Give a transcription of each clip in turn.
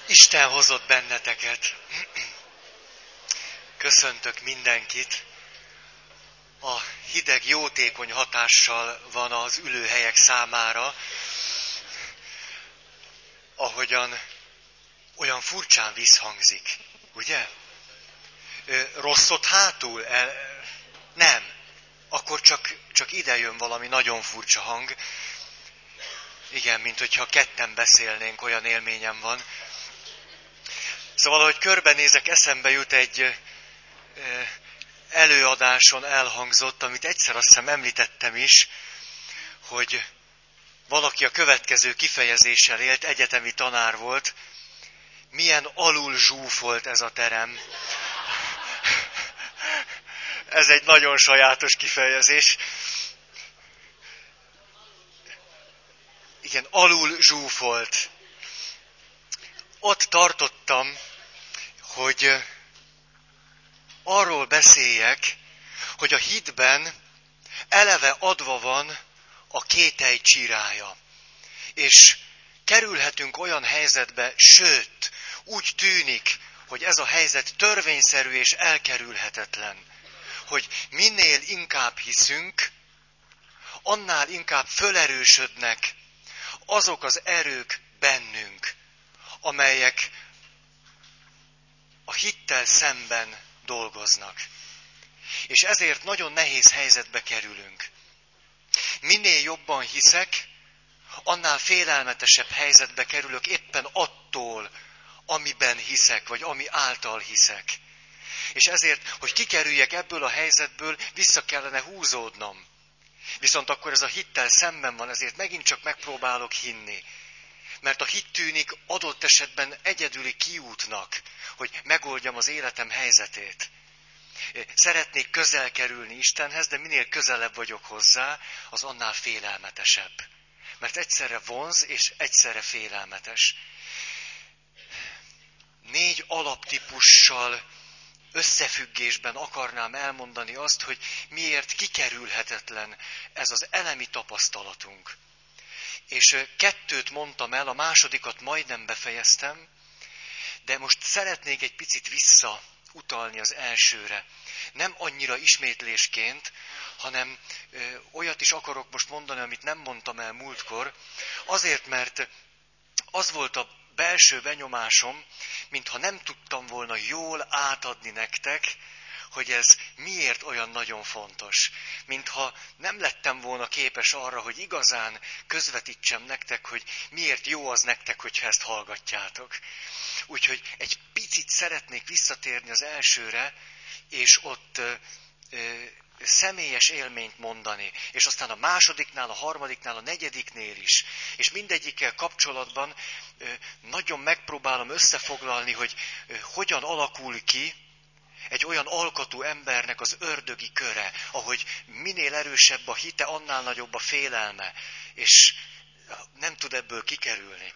Isten hozott benneteket. Köszöntök mindenkit. A hideg jótékony hatással van az ülőhelyek számára, ahogyan olyan furcsán visszhangzik, ugye? Rossz ott hátul? Nem. Akkor csak ide jön valami nagyon furcsa hang. Igen, mint hogyha ketten beszélnénk, olyan élményem van. Szóval, ahogy körbenézek, eszembe jut egy előadáson elhangzott, amit egyszer azt hiszem említettem is, hogy valaki a következő kifejezéssel élt, egyetemi tanár volt, milyen alul zsúfolt ez a terem. Ez egy nagyon sajátos kifejezés. Igen, alul zsúfolt. Ott tartottam, hogy arról beszéljek, hogy a hitben eleve adva van a kételj csirája. És kerülhetünk olyan helyzetbe, sőt, úgy tűnik, hogy ez a helyzet törvényszerű és elkerülhetetlen, hogy minél inkább hiszünk, annál inkább fölerősödnek azok az erők bennünk, amelyek a hittel szemben dolgoznak. És ezért nagyon nehéz helyzetbe kerülünk. Minél jobban hiszek, annál félelmetesebb helyzetbe kerülök éppen attól, amiben hiszek, vagy ami által hiszek. És ezért, hogy kikerüljek ebből a helyzetből, vissza kellene húzódnom. Viszont akkor ez a hittel szemben van, ezért megint csak megpróbálok hinni. Mert a hit tűnik adott esetben egyedüli kiútnak, hogy megoldjam az életem helyzetét. Szeretnék közel kerülni Istenhez, de minél közelebb vagyok hozzá, az annál félelmetesebb. Mert egyszerre vonz és egyszerre félelmetes. 4 alaptípussal összefüggésben akarnám elmondani azt, hogy miért kikerülhetetlen ez az elemi tapasztalatunk. És 2 mondtam el, a másodikat majdnem befejeztem, de most szeretnék egy picit visszautalni az elsőre. Nem annyira ismétlésként, hanem olyat is akarok most mondani, amit nem mondtam el múltkor, azért, mert az volt a belső benyomásom, mintha nem tudtam volna jól átadni nektek, hogy ez miért olyan nagyon fontos. Mintha nem lettem volna képes arra, hogy igazán közvetítsem nektek, hogy miért jó az nektek, hogyha ezt hallgatjátok. Úgyhogy egy picit szeretnék visszatérni az elsőre, és ott személyes élményt mondani, és aztán a másodiknál, a harmadiknál, a negyediknél is. És mindegyikkel kapcsolatban nagyon megpróbálom összefoglalni, hogy hogyan alakul ki egy olyan alkatú embernek az ördögi köre, ahogy minél erősebb a hite, annál nagyobb a félelme, és nem tud ebből kikerülni.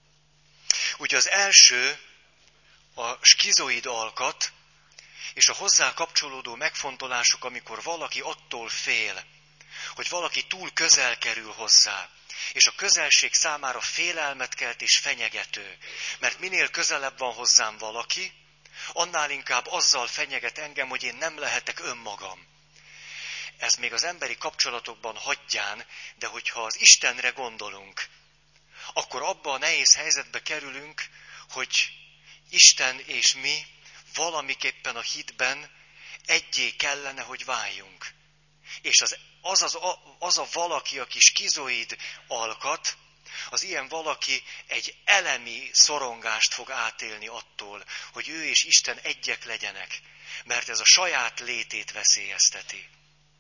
Ugye az első a skizoid alkat, és a hozzá kapcsolódó megfontolások, amikor valaki attól fél, hogy valaki túl közel kerül hozzá, és a közelség számára félelmet kelt és fenyegető, mert minél közelebb van hozzám valaki, annál inkább azzal fenyeget engem, hogy én nem lehetek önmagam. Ez még az emberi kapcsolatokban hagyján, de hogyha az Istenre gondolunk, akkor abba a nehéz helyzetbe kerülünk, hogy Isten és mi valamiképpen a hitben egyé kellene, hogy váljunk. És az a valaki, aki skizoid alkat, az ilyen valaki egy elemi szorongást fog átélni attól, hogy ő és Isten egyek legyenek, mert ez a saját létét veszélyezteti.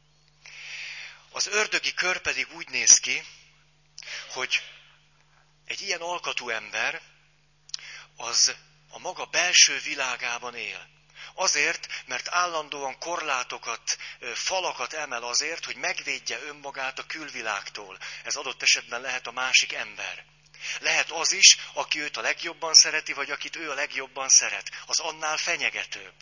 Az ördögi kör pedig úgy néz ki, hogy egy ilyen alkatú ember az a maga belső világában él. Azért, mert állandóan korlátokat, falakat emel azért, hogy megvédje önmagát a külvilágtól. Ez adott esetben lehet a másik ember. Lehet az is, aki őt a legjobban szereti, vagy akit ő a legjobban szeret. Az annál fenyegetőbb.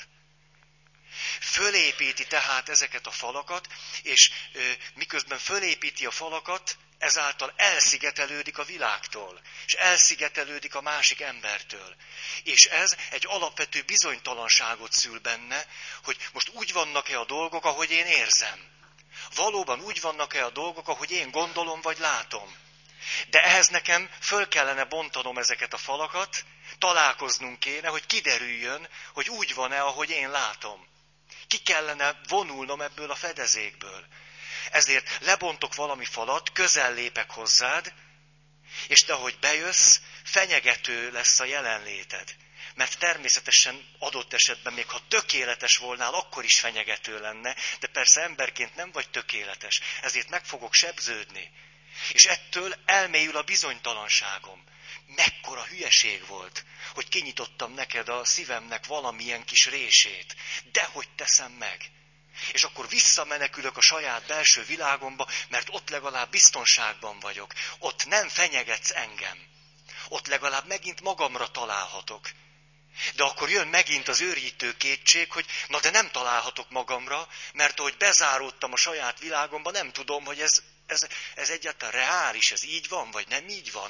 Fölépíti tehát ezeket a falakat, és miközben fölépíti a falakat, ezáltal elszigetelődik a világtól, és elszigetelődik a másik embertől. És ez egy alapvető bizonytalanságot szül benne, hogy most úgy vannak-e a dolgok, ahogy én érzem. Valóban úgy vannak-e a dolgok, ahogy én gondolom vagy látom. De ehhez nekem föl kellene bontanom ezeket a falakat, találkoznunk kéne, hogy kiderüljön, hogy úgy van-e, ahogy én látom. Ki kellene vonulnom ebből a fedezékből. Ezért lebontok valami falat, közel lépek hozzád, és te, ahogy bejössz, fenyegető lesz a jelenléted. Mert természetesen adott esetben, még ha tökéletes volnál, akkor is fenyegető lenne, de persze emberként nem vagy tökéletes, ezért meg fogok sebződni. És ettől elmélyül a bizonytalanságom. Mekkora hülyeség volt, hogy kinyitottam neked a szívemnek valamilyen kis rését. Dehogy teszem meg. És akkor visszamenekülök a saját belső világomba, mert ott legalább biztonságban vagyok. Ott nem fenyegetsz engem. Ott legalább megint magamra találhatok. De akkor jön megint az őrjítő kétség, hogy na de nem találhatok magamra, mert ahogy bezáródtam a saját világomba, nem tudom, hogy ez egyáltalán reális, ez így van, vagy nem így van.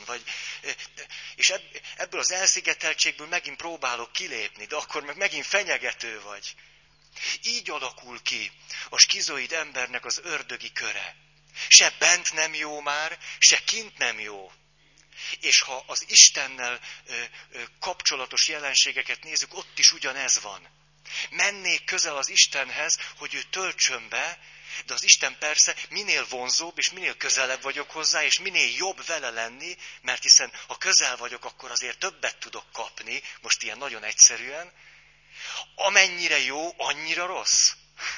És ebből az elszigeteltségből megint próbálok kilépni, de akkor meg megint fenyegető vagy. Így alakul ki a skizoid embernek az ördögi köre. Se bent nem jó már, se kint nem jó. És ha az Istennel kapcsolatos jelenségeket nézzük, ott is ugyanez van. Mennék közel az Istenhez, hogy ő töltsön be, de az Isten persze minél vonzóbb, és minél közelebb vagyok hozzá, és minél jobb vele lenni, mert hiszen ha közel vagyok, akkor azért többet tudok kapni, most ilyen nagyon egyszerűen. Amennyire jó, annyira rossz.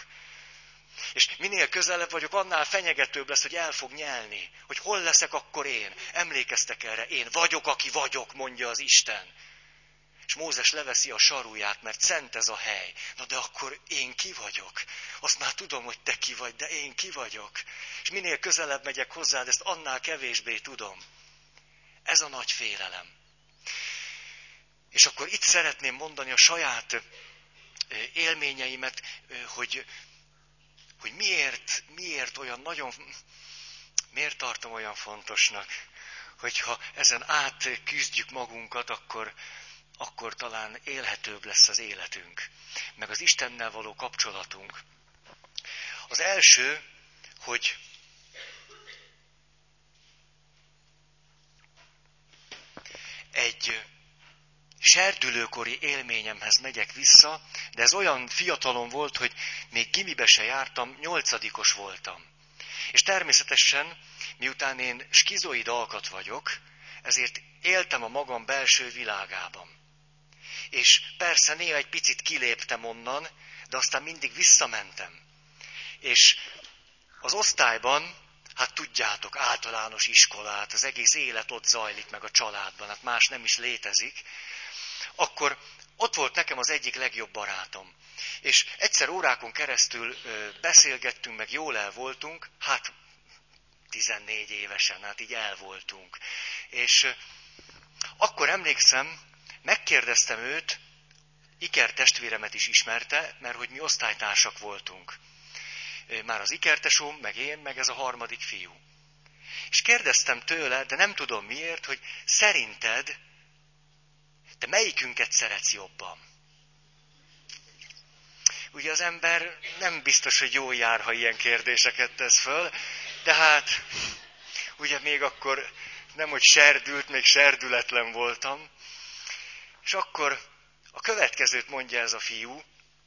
És minél közelebb vagyok, annál fenyegetőbb lesz, hogy el fog nyelni. Hogy hol leszek akkor én? Emlékeztek erre? Én vagyok, aki vagyok, mondja az Isten. És Mózes leveszi a saruját, mert szent ez a hely. Na de akkor én ki vagyok? Azt már tudom, hogy te ki vagy, de én ki vagyok? És minél közelebb megyek hozzád, ezt annál kevésbé tudom. Ez a nagy félelem. És akkor itt szeretném mondani a saját élményeimet, hogy miért olyan nagyon, miért tartom olyan fontosnak, hogyha ezen átküzdjük magunkat, akkor talán élhetőbb lesz az életünk, meg az Istennel való kapcsolatunk. Az első, hogy egy serdülőkori élményemhez megyek vissza, de ez olyan fiatalon volt, hogy még gimibe se jártam, 8-os voltam. És természetesen, miután én skizoid alkat vagyok, ezért éltem a magam belső világában. És persze néha egy picit kiléptem onnan, de aztán mindig visszamentem. És az osztályban, hát tudjátok, általános iskolát, az egész élet ott zajlik meg a családban, hát más nem is létezik, akkor ott volt nekem az egyik legjobb barátom. És egyszer órákon keresztül beszélgettünk, meg jól el voltunk, hát 14 évesen, hát így el voltunk. És akkor emlékszem, megkérdeztem őt, ikertestvéremet is ismerte, mert hogy mi osztálytársak voltunk. Már az ikertesóm, meg én, meg ez a harmadik fiú. És kérdeztem tőle, de nem tudom miért, hogy szerinted te melyikünket szeretsz jobban? Ugye az ember nem biztos, hogy jól jár, ha ilyen kérdéseket tesz föl, de hát ugye még akkor nem, hogy serdült, még serdületlen voltam. És akkor a következőt mondja ez a fiú,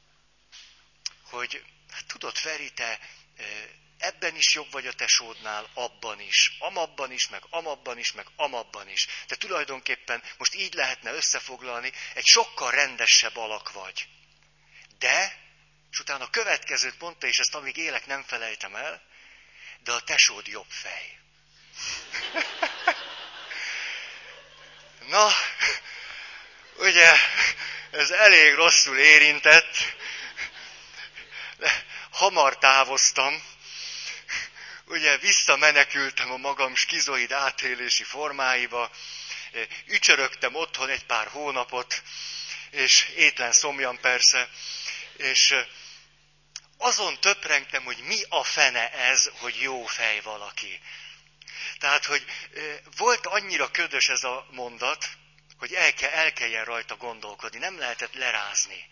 hogy hát tudod, Feri, te ebben is jobb vagy a tesódnál, abban is, amabban is, meg amabban is, meg amabban is. De tulajdonképpen most így lehetne összefoglalni, egy sokkal rendesebb alak vagy. De, és utána a következőt mondta, és ezt amíg élek nem felejtem el, de a tesód jobb fej. Na, ugye, ez elég rosszul érintett, hamar távoztam, ugye visszamenekültem a magam skizoid átélési formáiba, ücsörögtem otthon egy pár hónapot, és étlen szomjan persze, és azon töprengtem, hogy mi a fene ez, hogy jó fej valaki. Tehát, hogy volt annyira ködös ez a mondat, hogy el kelljen rajta gondolkodni, nem lehetett lerázni.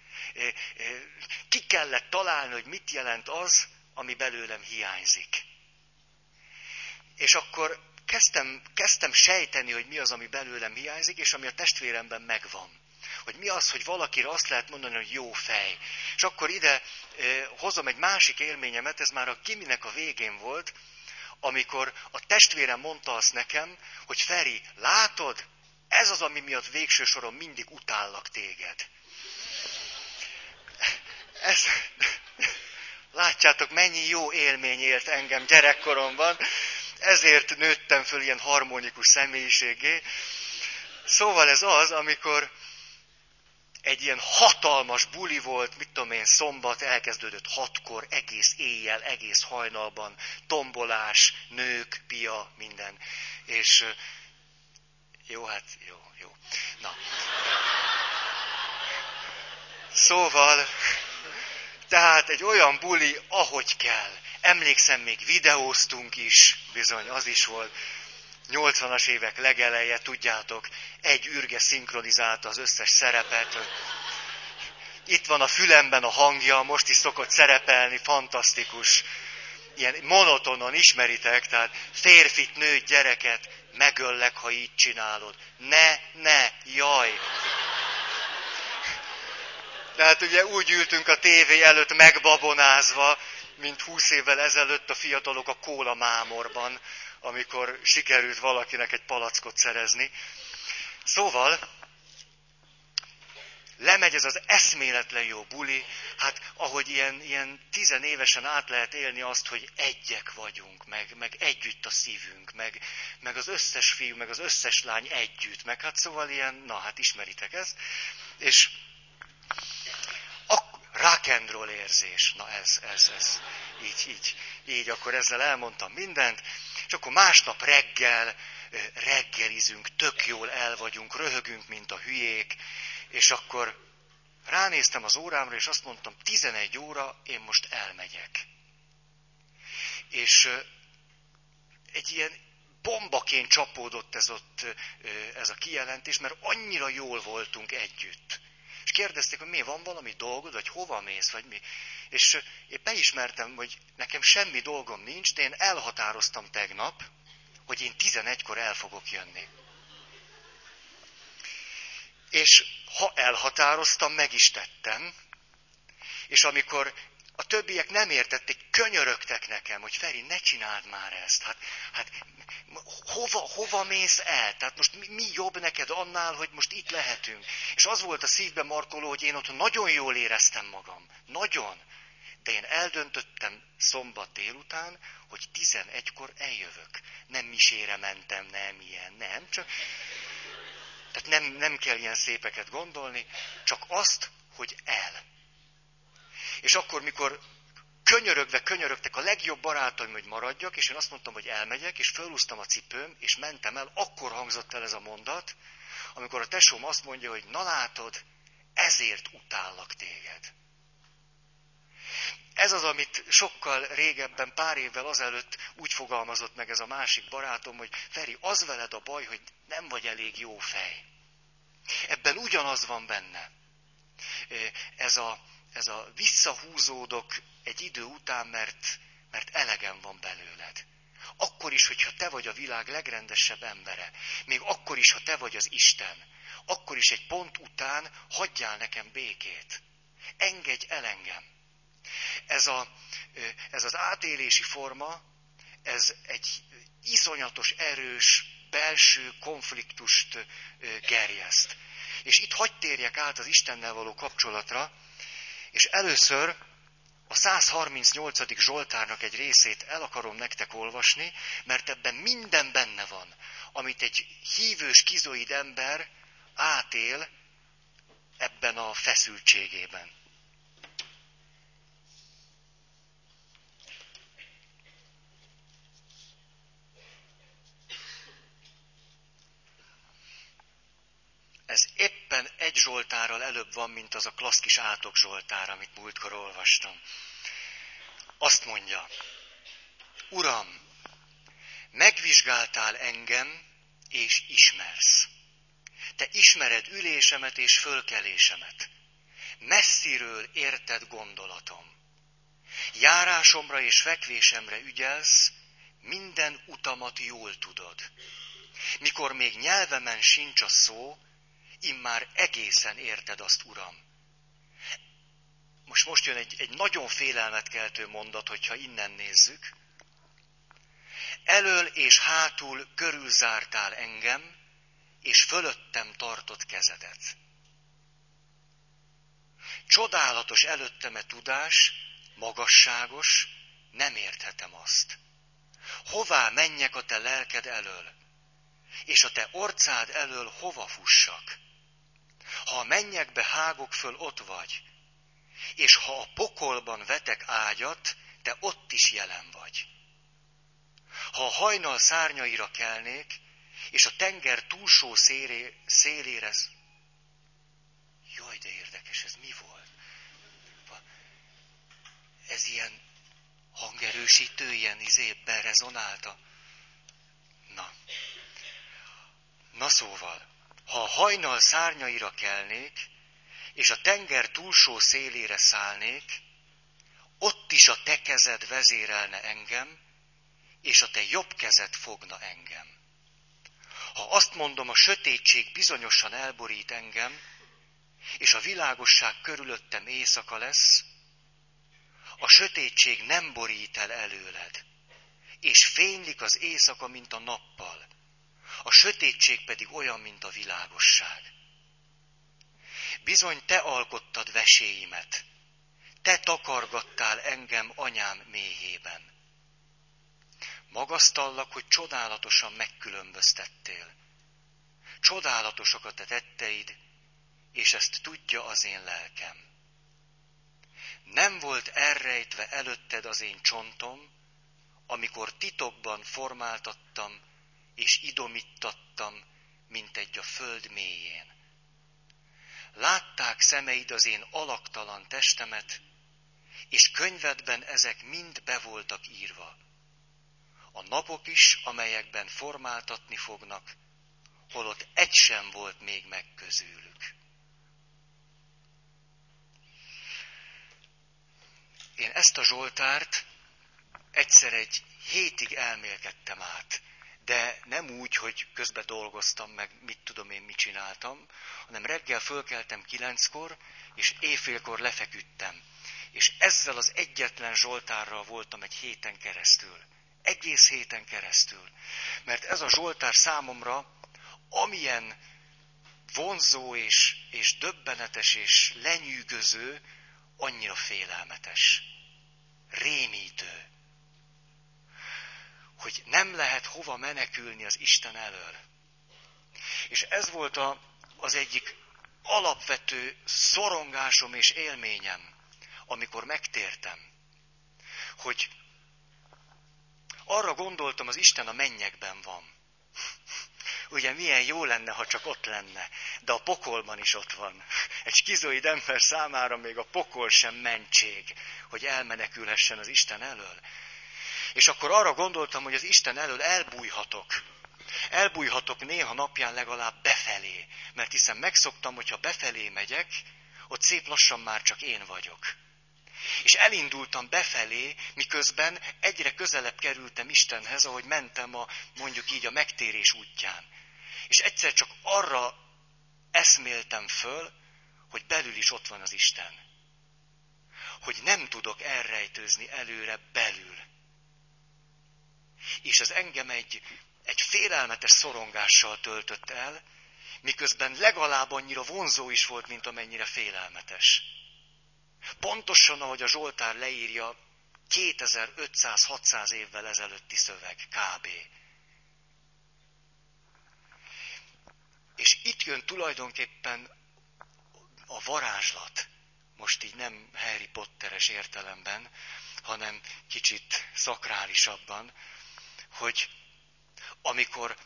Ki kellett találni, hogy mit jelent az, ami belőlem hiányzik. És akkor kezdtem sejteni, hogy mi az, ami belőlem hiányzik, és ami a testvéremben megvan. Hogy mi az, hogy valakire azt lehet mondani, hogy jó fej. És akkor ide hozom egy másik élményemet, ez már a giminek a végén volt, amikor a testvérem mondta azt nekem, hogy Feri, látod, ez az, ami miatt végső soron mindig utállak téged. Látjátok, mennyi jó élmény élt engem gyerekkoromban, ezért nőttem föl ilyen harmonikus személyiségé. Szóval ez az, amikor egy ilyen hatalmas buli volt, mit tudom én, szombat, elkezdődött 6-kor, egész éjjel, egész hajnalban, tombolás, nők, pia, minden. És jó. Na. Szóval, tehát egy olyan buli, ahogy kell. Emlékszem, még videóztunk is, bizony, az is volt. 80-as évek legeleje, tudjátok, egy ürge szinkronizálta az összes szerepet. Itt van a fülemben a hangja, most is szokott szerepelni, fantasztikus. Ilyen monotonon, ismeritek, tehát férfit, nőt, gyereket, megöllek, ha így csinálod. Ne, jaj! Tehát ugye úgy ültünk a tévé előtt megbabonázva, mint 20 évvel ezelőtt a fiatalok a kóla mámorban, amikor sikerült valakinek egy palackot szerezni. Szóval lemegy ez az eszméletlen jó buli, hát ahogy ilyen 10 évesen át lehet élni azt, hogy egyek vagyunk, meg együtt a szívünk, meg az összes fiú, meg az összes lány együtt, meg hát szóval ilyen, na hát ismeritek ezt, és rock and roll érzés, na ez, így, akkor ezzel elmondtam mindent, és akkor másnap reggelizünk, tök jól el vagyunk, röhögünk, mint a hülyék, és akkor ránéztem az órámra, és azt mondtam, 11 óra, én most elmegyek. És egy ilyen bombaként csapódott ez a kijelentés, mert annyira jól voltunk együtt. És kérdezték, hogy mi, van valami dolgod, vagy hova mész, vagy mi. És én beismertem, hogy nekem semmi dolgom nincs, de én elhatároztam tegnap, hogy én 11-kor el fogok jönni. És ha elhatároztam, meg is tettem, és amikor a többiek nem értették, könyörögtek nekem, hogy Feri, ne csináld már ezt. Hát hova mész el? Tehát most mi jobb neked annál, hogy most itt lehetünk? És az volt a szívben markoló, hogy én ott nagyon jól éreztem magam. Nagyon. De én eldöntöttem szombat délután, hogy 11-kor eljövök. Nem misére mentem, nem, csak... Tehát nem kell ilyen szépeket gondolni, csak azt, hogy el. És akkor, mikor könyörögtek a legjobb barátaim, hogy maradjak, és én azt mondtam, hogy elmegyek, és fölhúztam a cipőm, és mentem el, akkor hangzott el ez a mondat, amikor a tesóm azt mondja, hogy na látod, ezért utállak téged. Ez az, amit sokkal régebben, pár évvel azelőtt úgy fogalmazott meg ez a másik barátom, hogy Feri, az veled a baj, hogy nem vagy elég jó fej. Ebben ugyanaz van benne. Ez a visszahúzódok egy idő után, mert elegem van belőled. Akkor is, hogyha te vagy a világ legrendesebb embere, még akkor is, ha te vagy az Isten, akkor is egy pont után hagyjál nekem békét. Engedj el engem. Ez az átélési forma, ez egy iszonyatos, erős, belső konfliktust gerjeszt. És itt hadd térjek át az Istennel való kapcsolatra, és először a 138. Zsoltárnak egy részét el akarom nektek olvasni, mert ebben minden benne van, amit egy hívő, skizoid ember átél ebben a feszültségében. Ez éppen egy Zsoltárral előbb van, mint az a klassz kis átok Zsoltár, amit múltkor olvastam. Azt mondja, Uram, Megvizsgáltál engem, és ismersz. Te ismered ülésemet és fölkelésemet. Messziről érted gondolatom. Járásomra és fekvésemre ügyelsz, minden utamat jól tudod. Mikor még nyelvemen sincs a szó, immár egészen érted azt, Uram. Most jön egy nagyon félelmetkeltő mondat, hogyha innen nézzük. Elől és hátul körülzártál engem, és fölöttem tartott kezedet. Csodálatos előttem-e tudás, magasságos, nem érthetem azt. Hová menjek a te lelked elől, és a te orcád elől hova fussak? Ha a mennyekbe hágok föl, ott vagy, és ha a pokolban vetek ágyat, te ott is jelen vagy. Ha a hajnal szárnyaira kelnék, és a tenger túlsó szélére... Jaj, de érdekes, ez mi volt? Ez ilyen hangerősítő, ilyen berezonálta. Na szóval, ha a hajnal szárnyaira kelnék, és a tenger túlsó szélére szállnék, ott is a te kezed vezérelne engem, és a te jobb kezed fogna engem. Ha azt mondom, a sötétség bizonyosan elborít engem, és a világosság körülöttem éjszaka lesz, a sötétség nem borít el előled, és fénylik az éjszaka, mint a nappal, a sötétség pedig olyan, mint a világosság. Bizony te alkottad veséimet, te takargattál engem anyám méhében. Magasztallak, hogy csodálatosan megkülönböztettél. Csodálatosak a te tetteid, és ezt tudja az én lelkem. Nem volt elrejtve előtted az én csontom, amikor titokban formáltattam, és idomíttattam, mint egy a föld mélyén. Látták szemeid az én alaktalan testemet, és könyvedben ezek mind be voltak írva. A napok is, amelyekben formáltatni fognak, holott egy sem volt még meg közülük. Én ezt a Zsoltárt egyszer egy hétig elmélkedtem át, de nem úgy, hogy közben dolgoztam, meg mit tudom én, mit csináltam, hanem reggel fölkeltem 9-kor, és éjfélkor lefeküdtem. És ezzel az egyetlen Zsoltárral voltam egy héten keresztül. Egész héten keresztül. Mert ez a Zsoltár számomra amilyen vonzó és döbbenetes és lenyűgöző, annyira félelmetes. Rémítő. Hogy nem lehet hova menekülni az Isten elől. És ez volt az egyik alapvető szorongásom és élményem, amikor megtértem, hogy arra gondoltam, az Isten a mennyekben van. Ugye milyen jó lenne, ha csak ott lenne, de a pokolban is ott van. Egy skizoid ember számára még a pokol sem mentség, hogy elmenekülhessen az Isten elől. És akkor arra gondoltam, hogy az Isten elől elbújhatok. Elbújhatok néha napján legalább befelé, mert hiszen megszoktam, hogyha befelé megyek, ott szép lassan már csak én vagyok. És elindultam befelé, miközben egyre közelebb kerültem Istenhez, ahogy mentem mondjuk így a megtérés útján. És egyszer csak arra eszméltem föl, hogy belül is ott van az Isten. Hogy nem tudok elrejtőzni előre belül. És ez engem egy félelmetes szorongással töltött el, miközben legalább annyira vonzó is volt, mint amennyire félelmetes. Pontosan, ahogy a Zsoltár leírja, 2500-600 évvel ezelőtti szöveg, kb. És itt jön tulajdonképpen a varázslat, most így nem Harry Potteres értelemben, hanem kicsit szakrálisabban, hogy amikor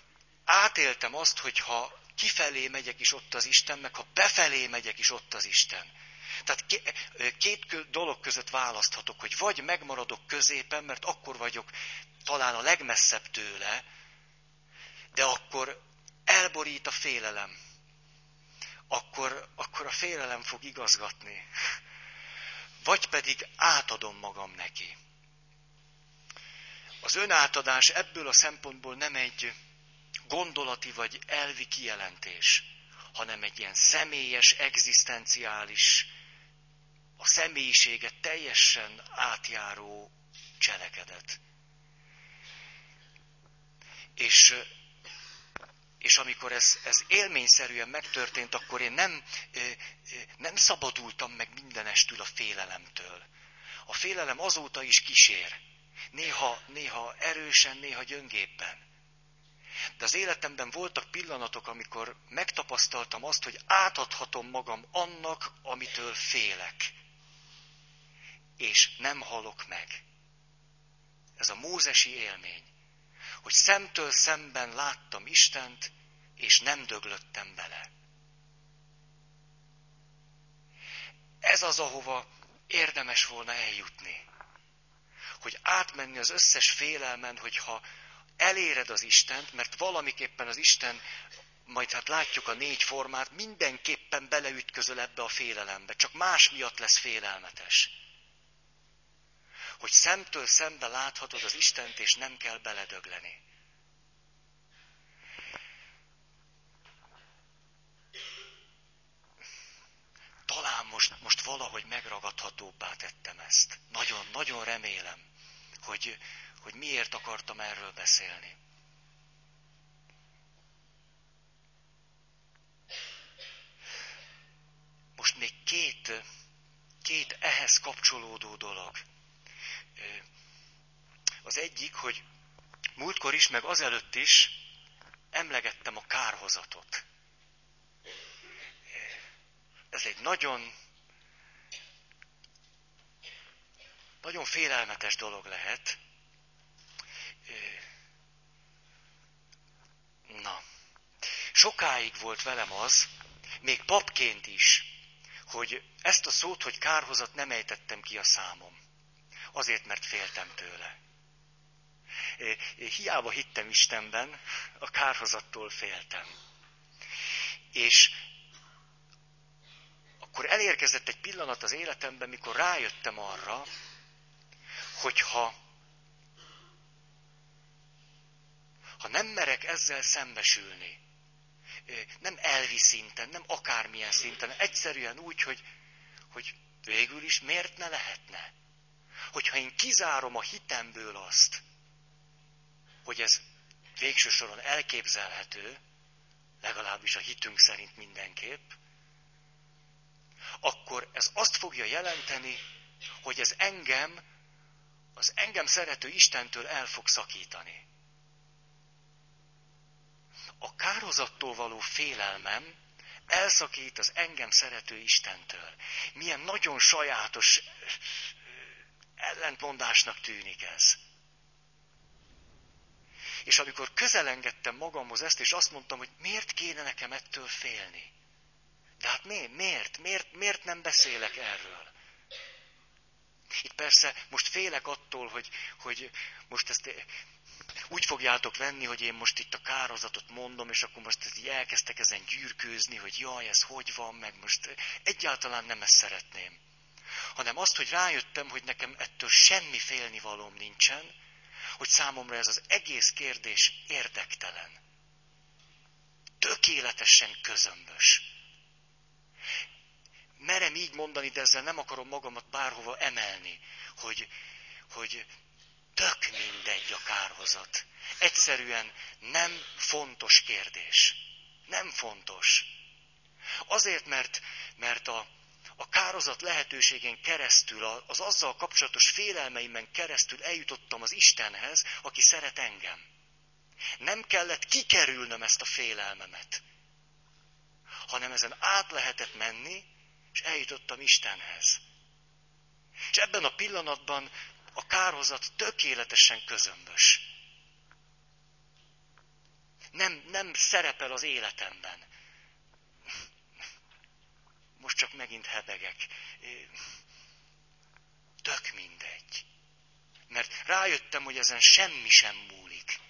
átéltem azt, hogy ha kifelé megyek is ott az Isten, meg ha befelé megyek is ott az Isten, Tehát két dolog között választhatok, hogy vagy megmaradok középen, mert akkor vagyok talán a legmesszebb tőle, de akkor elborít a félelem. Akkor a félelem fog igazgatni. Vagy pedig átadom magam neki. Az önátadás ebből a szempontból nem egy gondolati vagy elvi kijelentés, hanem egy ilyen személyes, egzisztenciális, a személyiséget teljesen átjáró cselekedet. És amikor ez élményszerűen megtörtént, akkor én nem szabadultam meg mindenestül a félelemtől. A félelem azóta is kísér. Néha erősen, néha gyöngébben. De az életemben voltak pillanatok, amikor megtapasztaltam azt, hogy átadhatom magam annak, amitől félek. És nem halok meg. Ez a mózesi élmény. Hogy szemtől szemben láttam Istent, és nem döglöttem bele. Ez az, ahova érdemes volna eljutni. Hogy átmenni az összes félelmen, hogyha eléred az Istent, mert valamiképpen az Isten, majd hát látjuk a 4 formát, mindenképpen beleütközöl ebbe a félelembe, csak más miatt lesz félelmetes. Hogy szemtől szembe láthatod az Istent, és nem kell beledögleni. Talán most valahogy megragadhatóbbá tettem ezt. Nagyon, nagyon remélem, hogy miért akartam erről beszélni. Most még két ehhez kapcsolódó dolog. Az egyik, hogy múltkor is, meg azelőtt is emlegettem a kárhozatot. Ez egy nagyon félelmetes dolog lehet. Sokáig volt velem az, még papként is, hogy ezt a szót, hogy kárhozat nem ejtettem ki a számom. Azért, mert féltem tőle. Hiába hittem Istenben, a kárhozattól féltem. És akkor elérkezett egy pillanat az életemben, mikor rájöttem arra, hogy ha nem merek ezzel szembesülni, nem elvi szinten, nem akármilyen szinten, egyszerűen úgy, hogy végül is miért ne lehetne? Hogyha én kizárom a hitemből azt, hogy ez végső soron elképzelhető, legalábbis a hitünk szerint mindenképp, akkor ez azt fogja jelenteni, hogy ez az engem szerető Istentől el fog szakítani. A kárhozattól való félelmem elszakít az engem szerető Istentől. Milyen nagyon sajátos ellentmondásnak tűnik ez. És amikor közelengedtem magamhoz ezt, és azt mondtam, hogy miért kéne nekem ettől félni? De hát miért nem beszélek erről? Itt persze most félek attól, hogy most ezt úgy fogjátok venni, hogy én most itt a kárhozatot mondom, és akkor most így elkezdtek ezen gyűrkőzni, hogy jaj, ez hogy van, meg most egyáltalán nem ezt szeretném. Hanem azt, hogy rájöttem, hogy nekem ettől semmi félnivalóm nincsen, hogy számomra ez az egész kérdés érdektelen. Tökéletesen közömbös. Merem így mondani, de ezzel nem akarom magamat bárhova emelni, hogy tök mindegy a kárhozat. Egyszerűen nem fontos kérdés. Nem fontos. Azért, mert a kárhozat lehetőségén keresztül, az azzal kapcsolatos félelmeimen keresztül eljutottam az Istenhez, aki szeret engem. Nem kellett kikerülnöm ezt a félelmemet, hanem ezen át lehetett menni, és eljutottam Istenhez. És ebben a pillanatban a kárhozat tökéletesen közömbös. Nem szerepel az életemben. Most csak megint hebegek. Tök mindegy. Mert rájöttem, hogy ezen semmi sem múlik.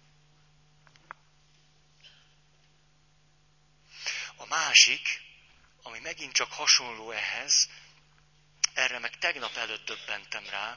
A másik, ami megint csak hasonló ehhez, erre meg tegnap előtt döbbentem rá,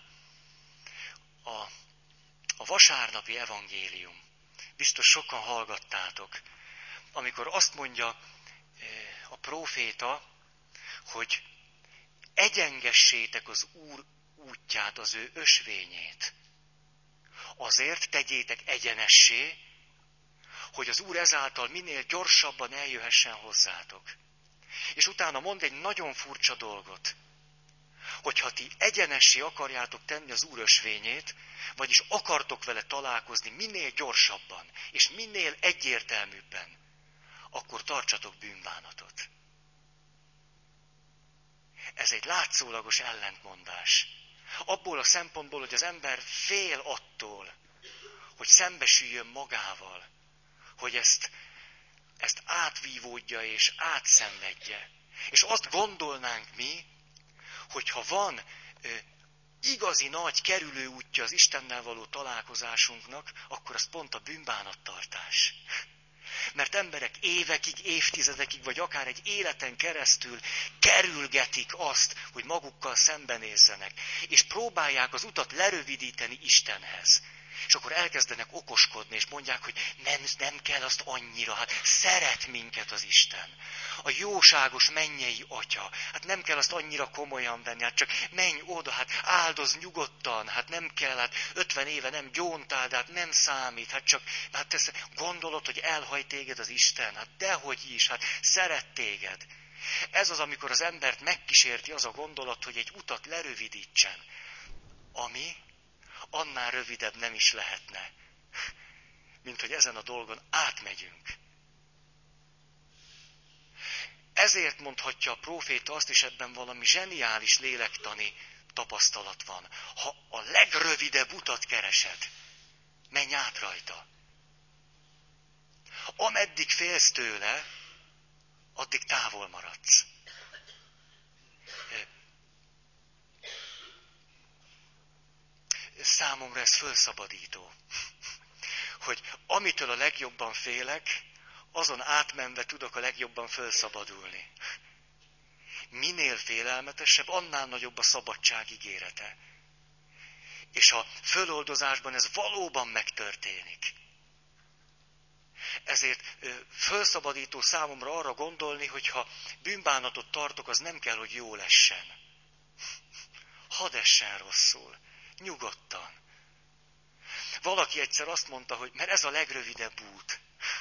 a vasárnapi evangélium. Biztos sokan hallgattátok. Amikor azt mondja a próféta, hogy egyengessétek az Úr útját, az ő ösvényét. Azért tegyétek egyenessé, hogy az Úr ezáltal minél gyorsabban eljöhessen hozzátok. És utána mond egy nagyon furcsa dolgot, hogyha ti egyenessé akarjátok tenni az Úr ösvényét, vagyis akartok vele találkozni minél gyorsabban, és minél egyértelműbben, akkor tartsatok bűnbánatot. Ez egy látszólagos ellentmondás. Abból a szempontból, hogy az ember fél attól, hogy szembesüljön magával, hogy ezt átvívódja és átszenvedje. És azt gondolnánk mi, hogyha van igazi nagy kerülőútja az Istennel való találkozásunknak, akkor az pont a bűnbánattartás. Mert emberek évekig, évtizedekig, vagy akár egy életen keresztül kerülgetik azt, hogy magukkal szembenézzenek, és próbálják az utat lerövidíteni Istenhez. És akkor elkezdenek okoskodni, és mondják, hogy nem kell azt annyira, hát szeret minket az Isten. A jóságos mennyei Atya, hát nem kell azt annyira komolyan venni, hát csak menj oda, hát áldoz nyugodtan, hát nem kell, hát 50 éve nem gyóntál, de hát nem számít, hát csak, hát te gondolod, hogy elhajt téged az Isten, hát dehogy is, hát szeret téged. Ez az, amikor az embert megkísérti az a gondolat, hogy egy utat lerövidítsen, ami annál rövidebb nem is lehetne, mint hogy ezen a dolgon átmegyünk. Ezért mondhatja a próféta azt is, ebben valami zseniális lélektani tapasztalat van. Ha a legrövidebb utat keresed, menj át rajta. Ameddig félsz tőle, addig távol maradsz. Számomra ez fölszabadító, hogy amitől a legjobban félek, azon átmenve tudok a legjobban fölszabadulni. Minél félelmetesebb, annál nagyobb a szabadság ígérete. És a föloldozásban ez valóban megtörténik. Ezért fölszabadító számomra arra gondolni, hogy ha bűnbánatot tartok, az nem kell, hogy jól essen. Hadd essen rosszul. Nyugodtan. Valaki egyszer azt mondta, hogy mert ez a legrövidebb út.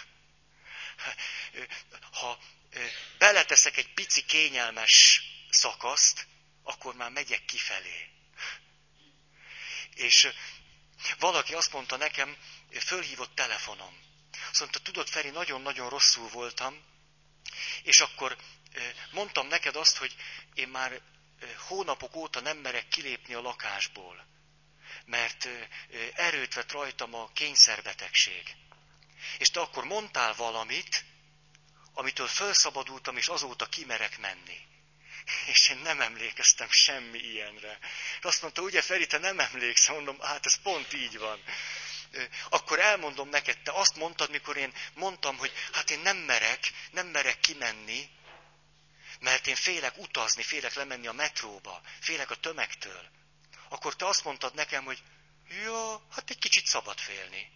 Ha beleteszek egy pici kényelmes szakaszt, akkor már megyek kifelé. És valaki azt mondta nekem, fölhívott telefonom. Azt mondta, tudod Feri, nagyon-nagyon rosszul voltam, és akkor mondtam neked azt, hogy én már hónapok óta nem merek kilépni a lakásból, mert erőt vett rajtam a kényszerbetegség. És te akkor mondtál valamit, amitől felszabadultam, és azóta kimerek menni. És én nem emlékeztem semmi ilyenre. És azt mondta, ugye Feri, te nem emlékszel? Mondom, hát ez pont így van. Akkor elmondom neked, te azt mondtad, mikor én mondtam, hogy hát én nem merek kimenni, mert én félek utazni, félek lemenni a metróba, félek a tömegtől. Akkor te azt mondtad nekem, hogy ja, hát egy kicsit szabad félni.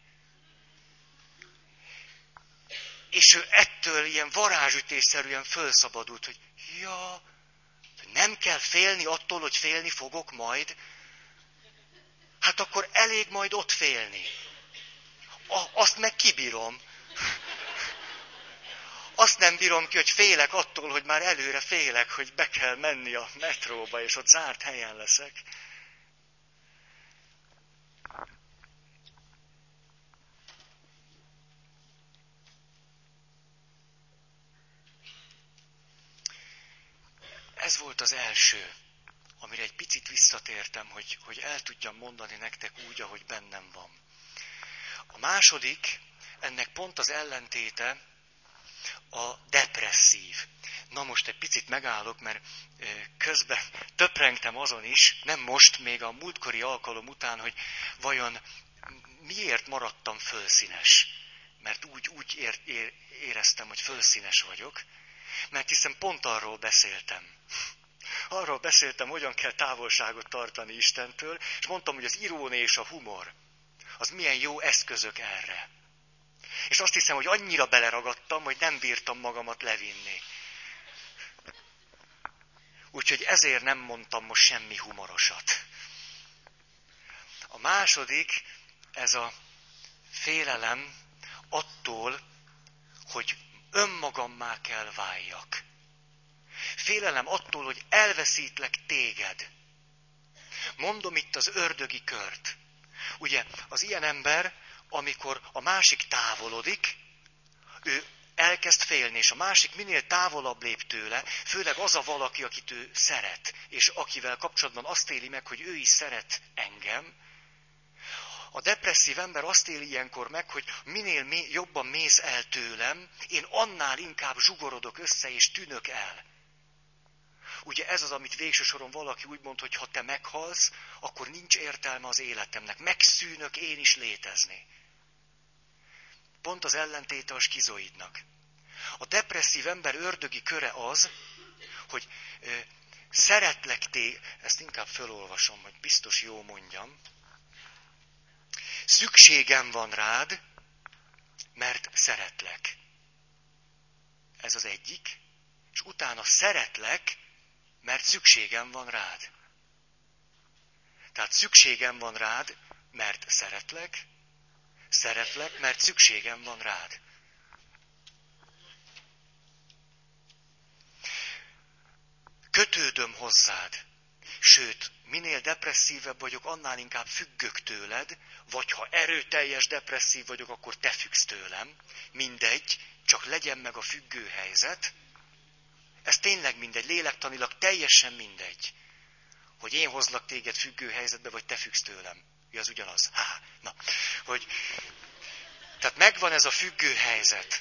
És ő ettől ilyen varázsütésszerűen fölszabadult, hogy ja, nem kell félni attól, hogy félni fogok majd. Hát akkor elég majd ott félni. Azt meg kibírom. Azt nem bírom ki, hogy félek attól, hogy már előre félek, hogy be kell menni a metróba, és ott zárt helyen leszek. Ez volt az első, amire egy picit visszatértem, hogy el tudjam mondani nektek úgy, ahogy bennem van. A második, ennek pont az ellentéte, a depresszív. Na most egy picit megállok, mert közben töprengtem azon is, nem most, még a múltkori alkalom után, hogy vajon miért maradtam fölszínes. Mert úgy éreztem, hogy fölszínes vagyok, mert hiszen pont arról beszéltem. Arról beszéltem, hogyan kell távolságot tartani Istentől, és mondtam, hogy az irónia és a humor, az milyen jó eszközök erre. És azt hiszem, hogy annyira beleragadtam, hogy nem bírtam magamat levinni. Úgyhogy ezért nem mondtam most semmi humorosat. A második, ez a félelem attól, hogy önmagammá kell váljak. Félelem attól, hogy elveszítlek téged. Mondom itt az ördögi kört. Ugye az ilyen ember, amikor a másik távolodik, ő elkezd félni, és a másik minél távolabb lép tőle, főleg az a valaki, akit ő szeret, és akivel kapcsolatban azt éli meg, hogy ő is szeret engem. A depresszív ember azt éli ilyenkor meg, hogy minél jobban mész el tőlem, én annál inkább zsugorodok össze és tűnök el. Ugye ez az, amit végső soron valaki úgy mond, hogy ha te meghalsz, akkor nincs értelme az életemnek. Megszűnök én is létezni. Pont az ellentéte a skizoidnak. A depresszív ember ördögi köre az, hogy szeretlek ezt inkább fölolvasom, hogy biztos jó mondjam. Szükségem van rád, mert szeretlek. Ez az egyik. És utána szeretlek, mert szükségem van rád. Tehát szükségem van rád, mert szeretlek, mert szükségem van rád. Kötődöm hozzád, sőt, minél depresszívebb vagyok, annál inkább függök tőled, vagy ha erőteljes depresszív vagyok, akkor te függsz tőlem. Mindegy, csak legyen meg a függő helyzet. Ez tényleg mindegy, lélektanilag teljesen mindegy, hogy én hozlak téged függő helyzetbe, vagy te függsz tőlem. Az ugyanaz. Tehát megvan ez a függő helyzet.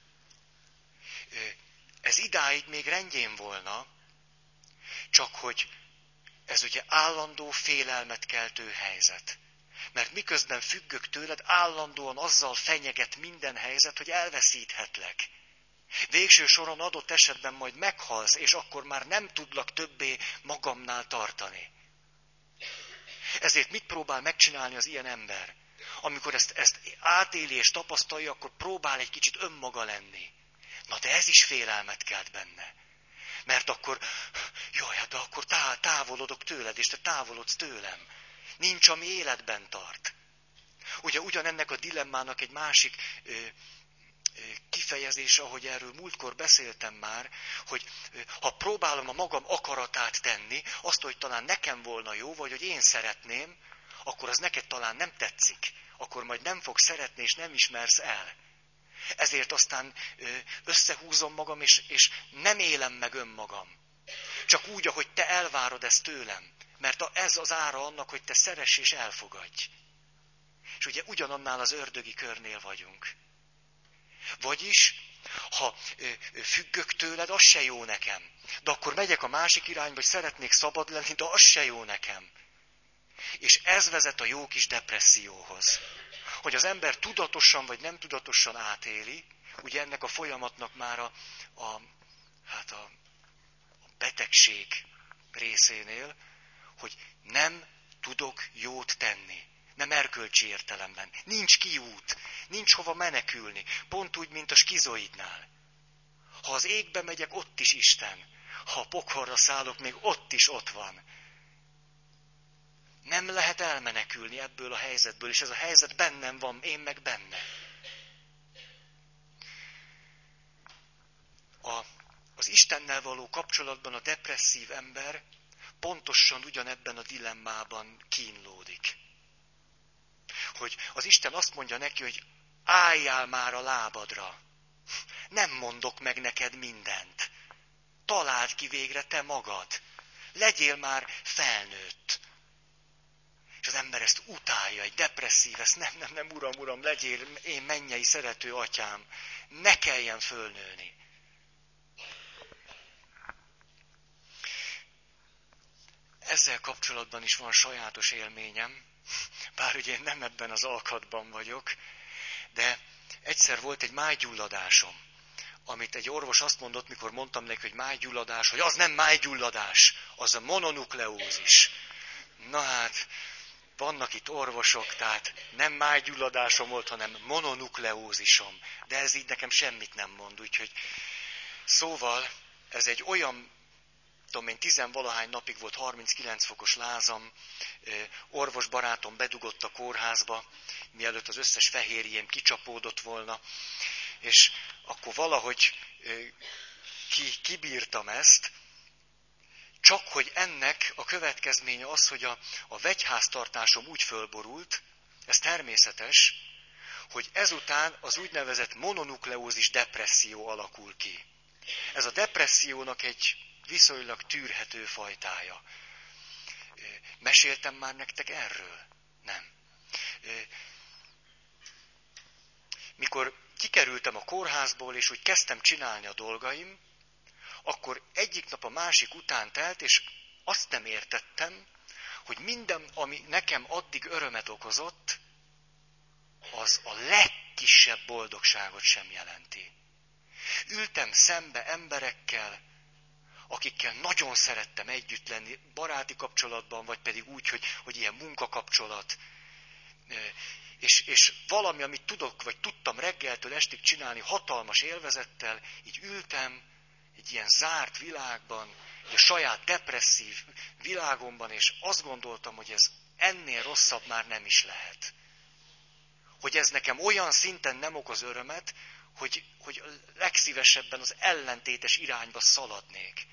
Ez idáig még rendjén volna, csak hogy ez ugye állandó félelmet keltő helyzet. Mert miközben függök tőled, állandóan azzal fenyeget minden helyzet, hogy elveszíthetlek. Végső soron adott esetben majd meghalsz, és akkor már nem tudlak többé magamnál tartani. Ezért mit próbál megcsinálni az ilyen ember? Amikor ezt átéli és tapasztalja, akkor próbál egy kicsit önmaga lenni. Na de ez is félelmet kelt benne. Mert akkor, de akkor távolodok tőled, és te távolodsz tőlem. Nincs, ami életben tart. Ugye ugyanennek a dilemmának egy másik kifejezése, ahogy erről múltkor beszéltem már, hogy ha próbálom a magam akaratát tenni, azt, hogy talán nekem volna jó, vagy hogy én szeretném, akkor az neked talán nem tetszik. Akkor majd nem fogsz szeretni, és nem ismersz el. Ezért aztán összehúzom magam, és nem élem meg önmagam. Csak úgy, ahogy te elvárod ezt tőlem. Mert ez az ára annak, hogy te szeress és elfogadj. És ugye ugyanannál az ördögi körnél vagyunk. Vagyis, ha függök tőled, az se jó nekem. De akkor megyek a másik irányba, hogy szeretnék szabad lenni, de az se jó nekem. És ez vezet a jó kis depresszióhoz. Hogy az ember tudatosan vagy nem tudatosan átéli, ugye ennek a folyamatnak már a betegség részénél, hogy nem tudok jót tenni. Nem erkölcsi értelemben. Nincs kiút, nincs hova menekülni. Pont úgy, mint a skizoidnál. Ha az égbe megyek, ott is Isten. Ha a pokolra szállok, még ott is ott van. Nem lehet elmenekülni ebből a helyzetből, és ez a helyzet bennem van, én meg benne. Az Istennel való kapcsolatban a depresszív ember pontosan ugyanebben a dilemmában kínlódik. Hogy az Isten azt mondja neki, hogy álljál már a lábadra. Nem mondok meg neked mindent. Találd ki végre te magad. Legyél már felnőtt. És az ember ezt utálja, egy depresszív, ezt nem, uram, legyél én mennyei szerető atyám. Ne kelljen fölnőni. ezzel kapcsolatban is van sajátos élményem, bár ugye én nem ebben az alkatban vagyok, de egyszer volt egy májgyulladásom, amit egy orvos azt mondott, mikor mondtam neki, hogy májgyulladás, hogy az nem májgyulladás, az a mononukleózis. Na hát, vannak itt orvosok, tehát nem májgyulladásom volt, hanem mononukleózisom. De ez így nekem semmit nem mond, úgyhogy szóval ez egy olyan, tudom én, 10-valahány napig volt 39 fokos lázam, orvos barátom bedugott a kórházba, mielőtt az összes fehérjém kicsapódott volna, és akkor valahogy kibírtam ezt, csak hogy ennek a következménye az, hogy a vegyháztartásom úgy fölborult, ez természetes, hogy ezután az úgynevezett mononukleózis depresszió alakul ki. Ez a depressziónak egy viszonylag tűrhető fajtája. Meséltem már nektek erről? Nem. Mikor kikerültem a kórházból, és úgy kezdtem csinálni a dolgaim, akkor egyik nap a másik után telt, és azt nem értettem, hogy minden, ami nekem addig örömet okozott, az a legkisebb boldogságot sem jelenti. Ültem szembe emberekkel, akikkel nagyon szerettem együtt lenni, baráti kapcsolatban, vagy pedig úgy, hogy ilyen munkakapcsolat. És valami, amit tudok, vagy tudtam reggeltől estig csinálni hatalmas élvezettel, így ültem egy ilyen zárt világban, egy saját depresszív világomban, és azt gondoltam, hogy ez ennél rosszabb már nem is lehet. Hogy ez nekem olyan szinten nem okoz örömet, hogy legszívesebben az ellentétes irányba szaladnék.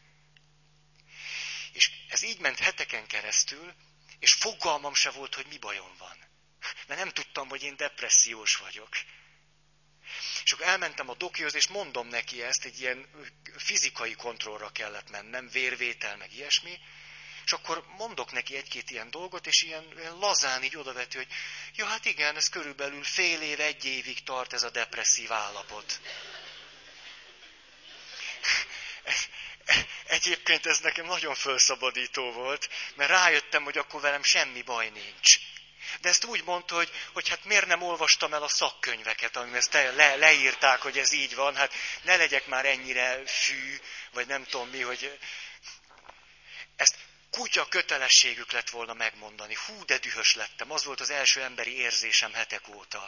És ez így ment heteken keresztül, és fogalmam se volt, hogy mi bajom van. Mert nem tudtam, hogy én depressziós vagyok. És akkor elmentem a dokihoz, és mondom neki ezt, egy ilyen fizikai kontrollra kellett mennem, vérvétel, meg ilyesmi, és akkor mondok neki egy-két ilyen dolgot, és ilyen lazán így odaveti, hogy ja, hát igen, ez körülbelül fél év, 1 évig tart ez a depresszív állapot. Egyébként ez nekem nagyon felszabadító volt, mert rájöttem, hogy akkor velem semmi baj nincs. De ezt úgy mondta, hogy hát miért nem olvastam el a szakkönyveket, amiben ezt leírták, hogy ez így van, hát ne legyek már ennyire fű, vagy nem tudom mi, hogy ezt kutya kötelességük lett volna megmondani. Hú, de dühös lettem, az volt az első emberi érzésem hetek óta.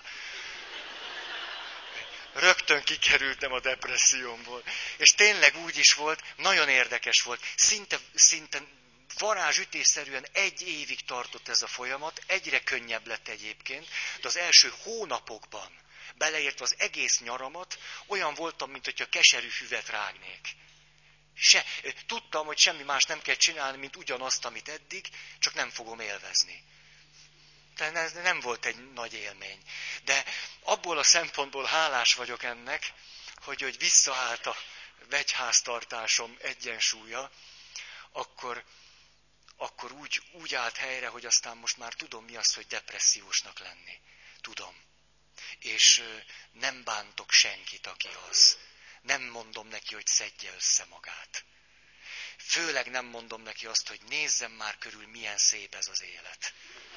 Rögtön kikerültem a depressziómból. És tényleg úgy is volt, nagyon érdekes volt, szinte varázsütésszerűen 1 évig tartott ez a folyamat, egyre könnyebb lett egyébként, de az első hónapokban, beleértve az egész nyaramat, olyan voltam, mint hogyha keserű füvet rágnék. Tudtam, hogy semmi más nem kell csinálni, mint ugyanazt, amit eddig, csak nem fogom élvezni. Tehát ez nem volt egy nagy élmény. De abból a szempontból hálás vagyok ennek, hogy visszaállt a vegyháztartásom egyensúlya, akkor úgy állt helyre, hogy aztán most már tudom, mi az, hogy depressziósnak lenni. Tudom. És nem bántok senkit, aki az. Nem mondom neki, hogy szedje össze magát. Főleg nem mondom neki azt, hogy nézzem már körül, milyen szép ez az élet.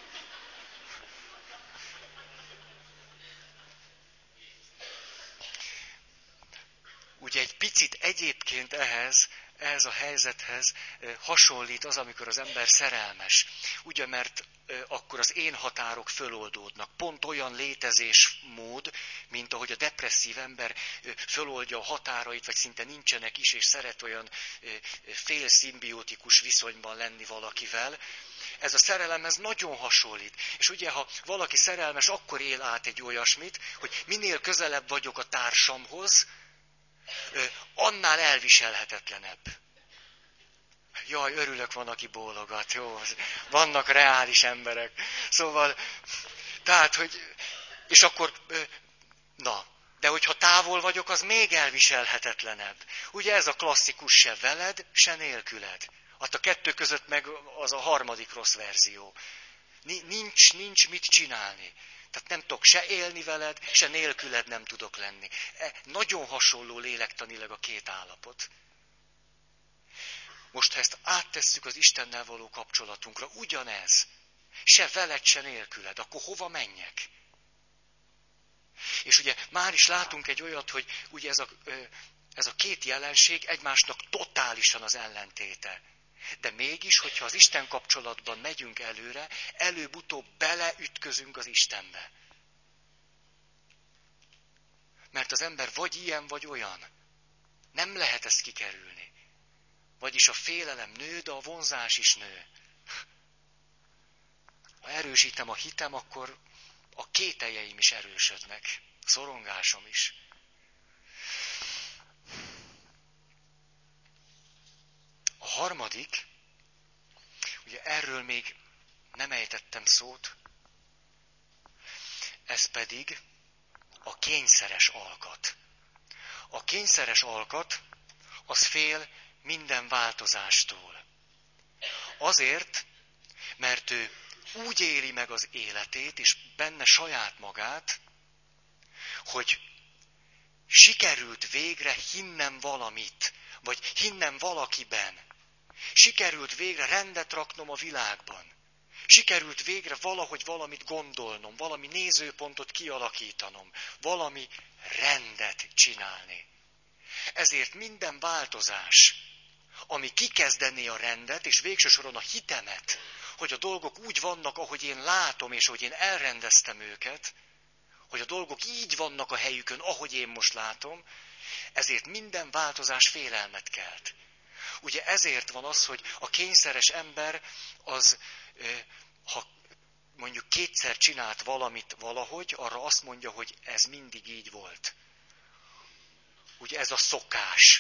Ugye egy picit egyébként ehhez a helyzethez hasonlít az, amikor az ember szerelmes. Ugye, mert akkor az én határok föloldódnak. Pont olyan létezésmód, mint ahogy a depresszív ember föloldja a határait, vagy szinte nincsenek is, és szeret olyan félszimbiotikus viszonyban lenni valakivel. Ez a szerelemhez nagyon hasonlít. És ugye, ha valaki szerelmes, akkor él át egy olyasmit, hogy minél közelebb vagyok a társamhoz, annál elviselhetetlenebb. Jaj, örülök, van, aki bólogat. Jó, vannak reális emberek. Szóval, tehát, hogy... És akkor... Na, de hogyha távol vagyok, az még elviselhetetlenebb. Ugye ez a klasszikus, se veled, se nélküled. Hát a 2 között meg az a harmadik rossz verzió. Nincs mit csinálni. Tehát nem tudok se élni veled, se nélküled nem tudok lenni. Nagyon hasonló lélektanilag a 2 állapot. most, ha ezt áttesszük az Istennel való kapcsolatunkra, ugyanez. Se veled, se nélküled. Akkor hova menjek? És ugye már is látunk egy olyat, hogy ugye ez a két jelenség egymásnak totálisan az ellentéte. De mégis, hogyha az Isten kapcsolatban megyünk előre, előbb-utóbb beleütközünk az Istenbe. Mert az ember vagy ilyen, vagy olyan. Nem lehet ezt kikerülni. Vagyis a félelem nő, de a vonzás is nő. Ha erősítem a hitem, akkor a kételjeim is erősödnek. A szorongásom is. A harmadik, ugye erről még nem ejtettem szót, ez pedig a kényszeres alkat. A kényszeres alkat, az fél minden változástól. Azért, mert ő úgy éli meg az életét, és benne saját magát, hogy sikerült végre hinnem valamit, vagy hinnem valakiben. Sikerült végre rendet raknom a világban. Sikerült végre valahogy valamit gondolnom, valami nézőpontot kialakítanom, valami rendet csinálni. Ezért minden változás, ami kikezdené a rendet, és végső soron a hitemet, hogy a dolgok úgy vannak, ahogy én látom, és ahogy én elrendeztem őket, hogy a dolgok így vannak a helyükön, ahogy én most látom, ezért minden változás félelmet kelt. Ugye ezért van az, hogy a kényszeres ember az, ha mondjuk kétszer csinált valamit valahogy, arra azt mondja, hogy ez mindig így volt. Ugye ez a szokás.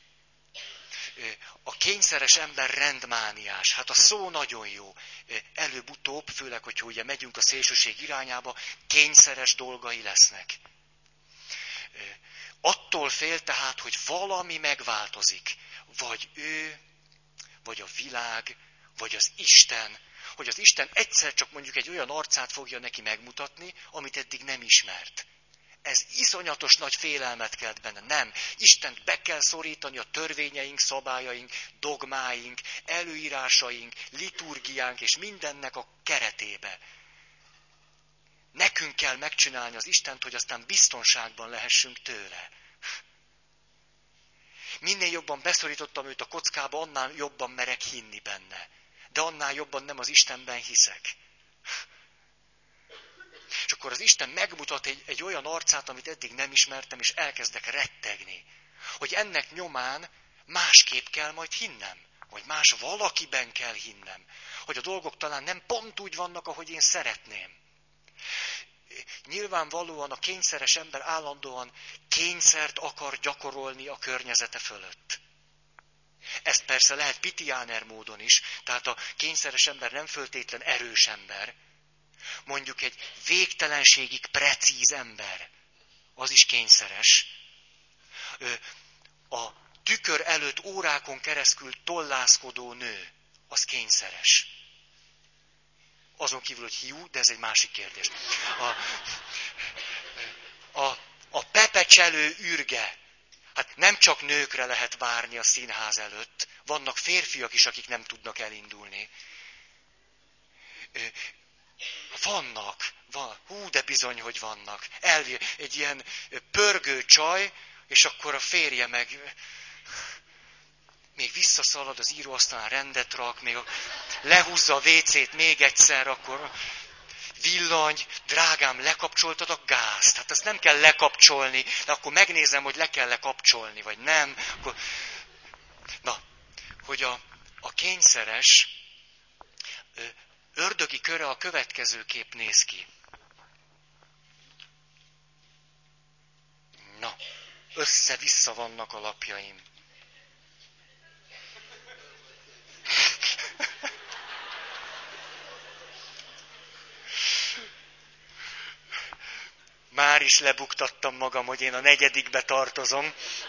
A kényszeres ember rendmániás. Hát a szó nagyon jó. Előbb-utóbb, főleg, hogyha ugye megyünk a szélsőség irányába, kényszeres dolgai lesznek. Attól fél tehát, hogy valami megváltozik. Vagy ő, vagy a világ, vagy az Isten. Hogy az Isten egyszer csak mondjuk egy olyan arcát fogja neki megmutatni, amit eddig nem ismert. Ez iszonyatos nagy félelmet kelt benne. Nem. Istent be kell szorítani a törvényeink, szabályaink, dogmáink, előírásaink, liturgiánk és mindennek a keretébe. Nekünk kell megcsinálni az Istent, hogy aztán biztonságban lehessünk tőle. Minél jobban beszorítottam őt a kockába, annál jobban merek hinni benne. De annál jobban nem az Istenben hiszek. És akkor az Isten megmutat egy olyan arcát, amit eddig nem ismertem, és elkezdek rettegni. Hogy ennek nyomán másképp kell majd hinnem. Vagy más valakiben kell hinnem. Hogy a dolgok talán nem pont úgy vannak, ahogy én szeretném. Nyilvánvalóan a kényszeres ember állandóan kényszert akar gyakorolni a környezete fölött. Ez persze lehet pitiáner módon is, tehát a kényszeres ember nem föltétlen erős ember. Mondjuk egy végtelenségig precíz ember, az is kényszeres. A tükör előtt órákon keresztül tollászkodó nő, az kényszeres. Azon kívül, hogy hiú, de ez egy másik kérdés. A pepecselő ürge, hát nem csak nőkre lehet várni a színház előtt, vannak férfiak is, akik nem tudnak elindulni. Vannak. Hú, de bizony, hogy vannak. Egy ilyen pörgő csaj, és akkor a férje meg még visszaszalad az íróasztalán, rendet rak, még lehúzza a WC-t még egyszer, akkor villany, drágám, lekapcsoltad a gázt. Hát ezt nem kell lekapcsolni, de akkor megnézem, hogy le kell lekapcsolni, vagy nem. Akkor... Na, hogy a kényszeres ördögi köre a következőképp néz ki. Na, össze-vissza vannak a lapjaim. Már is lebuktattam magam, hogy én a 4. tartozom.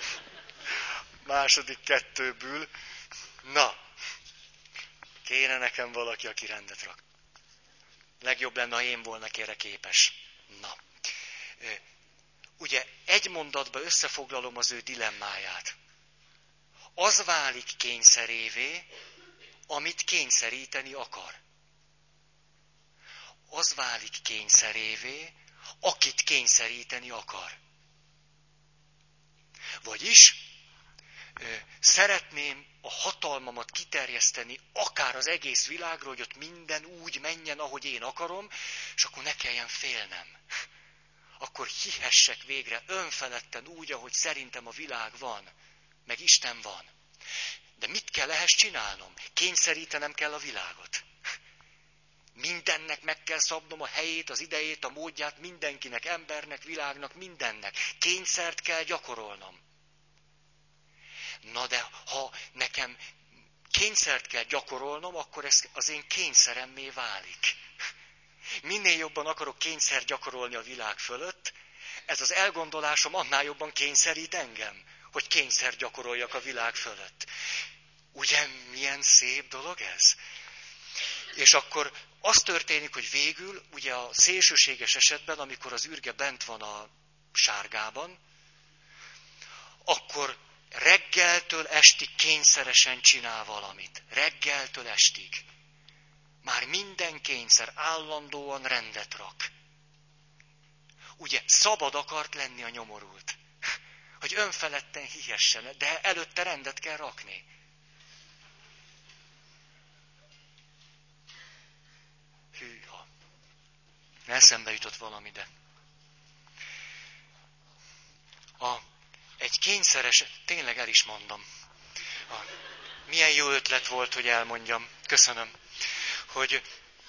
2. 2-ből. Na, kéne nekem valaki, aki rendet rak. Legjobb lenne, ha én volna erre képes. Na, ugye egy mondatba összefoglalom az ő dilemmáját. az válik kényszerévé, amit kényszeríteni akar. Az válik kényszerévé, akit kényszeríteni akar. Vagyis szeretném a hatalmamat kiterjeszteni akár az egész világra, hogy ott minden úgy menjen, ahogy én akarom, és akkor ne kelljen félnem. Akkor hihessek végre önfeledten úgy, ahogy szerintem a világ van, meg Isten van. De mit kell ehhez csinálnom? Kényszerítenem kell a világot. Mindennek meg kell szabnom a helyét, az idejét, a módját, mindenkinek, embernek, világnak, mindennek. Kényszert kell gyakorolnom. Na de ha nekem kényszert kell gyakorolnom, akkor ez az én kényszeremmé válik. Minél jobban akarok kényszert gyakorolni a világ fölött, ez az elgondolásom annál jobban kényszerít engem, hogy kényszer gyakoroljak a világ fölött. Ugye milyen szép dolog ez? És akkor az történik, hogy végül, ugye a szélsőséges esetben, amikor az ürge bent van a sárgában, akkor reggeltől estig kényszeresen csinál valamit. Reggeltől estig. Már minden kényszer állandóan rendet rak. Ugye szabad akart lenni a nyomorult. Hogy önfeledten hihessen, de előtte rendet kell rakni. Hűha. Eszembe jutott valami, de. Egy kényszeres, tényleg el is mondom. Milyen jó ötlet volt, hogy elmondjam. Köszönöm. Hogy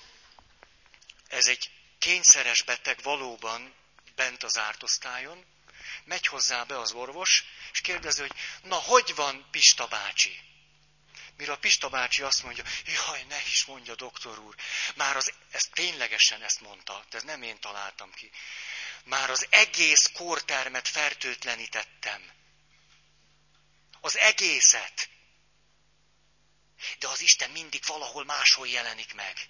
ez egy kényszeres beteg valóban bent az zárt osztályon, megy hozzá be az orvos, és kérdezi, hogy na, hogy van Pista bácsi? Mire a Pista bácsi azt mondja, jaj, ne is mondja, doktor úr, már ez ténylegesen ezt mondta, de ez nem én találtam ki. Már az egész kórtermet fertőtlenítettem. Az egészet. De az Isten mindig valahol máshol jelenik meg.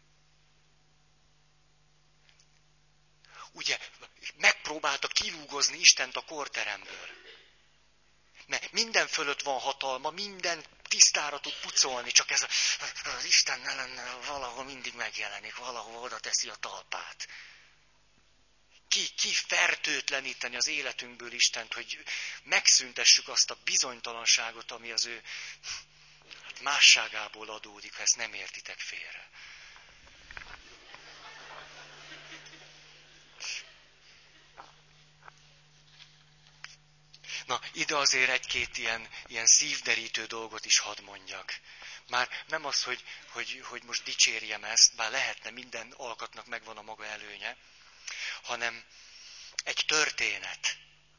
Ugye, megpróbálta kilúgozni Istent a kórteremből. Mert minden fölött van hatalma, minden tisztára tud pucolni, csak ez az Isten ne lenne, valahol mindig megjelenik, valahol oda teszi a talpát. Ki fertőtleníteni az életünkből Istent, hogy megszüntessük azt a bizonytalanságot, ami az ő másságából adódik, ha ezt nem értitek félre. Na, ide azért egy-két ilyen szívderítő dolgot is hadd mondjak. Már nem az, hogy most dicsérjem ezt, bár lehetne, minden alkatnak megvan a maga előnye, hanem egy történet.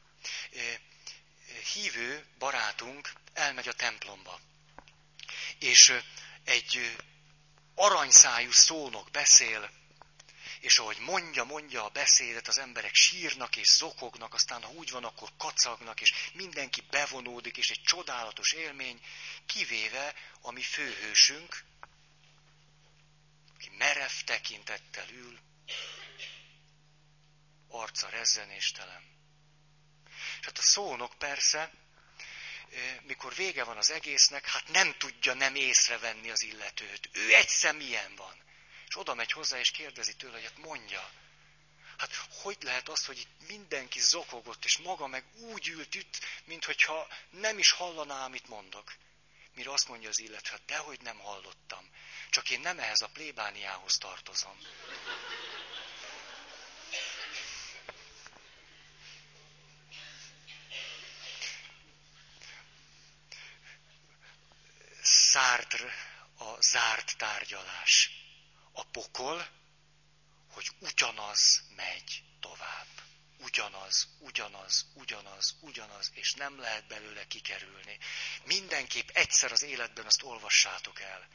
Hívő barátunk elmegy a templomba, és egy aranyszájú szónok beszél, és ahogy mondja a beszédet, az emberek sírnak és zokognak, aztán ha úgy van, akkor kacagnak, és mindenki bevonódik, és egy csodálatos élmény, kivéve a mi főhősünk, aki merev tekintettel ül, arca rezzenéstelen. És hát a szónok persze, mikor vége van az egésznek, hát nem tudja nem észrevenni az illetőt. Ő egyszer milyen van. És oda megy hozzá, és kérdezi tőle, hogy hát mondja. Hát hogy lehet az, hogy itt mindenki zokogott, és maga meg úgy ült itt, minthogyha nem is hallaná, amit mondok. Mire azt mondja az illető, hát dehogy nem hallottam. Csak én nem ehhez a plébániához tartozom. Sartre, a zárt tárgyalás. A pokol, hogy ugyanaz megy tovább. Ugyanaz, és nem lehet belőle kikerülni. Mindenképp egyszer az életben azt olvassátok el.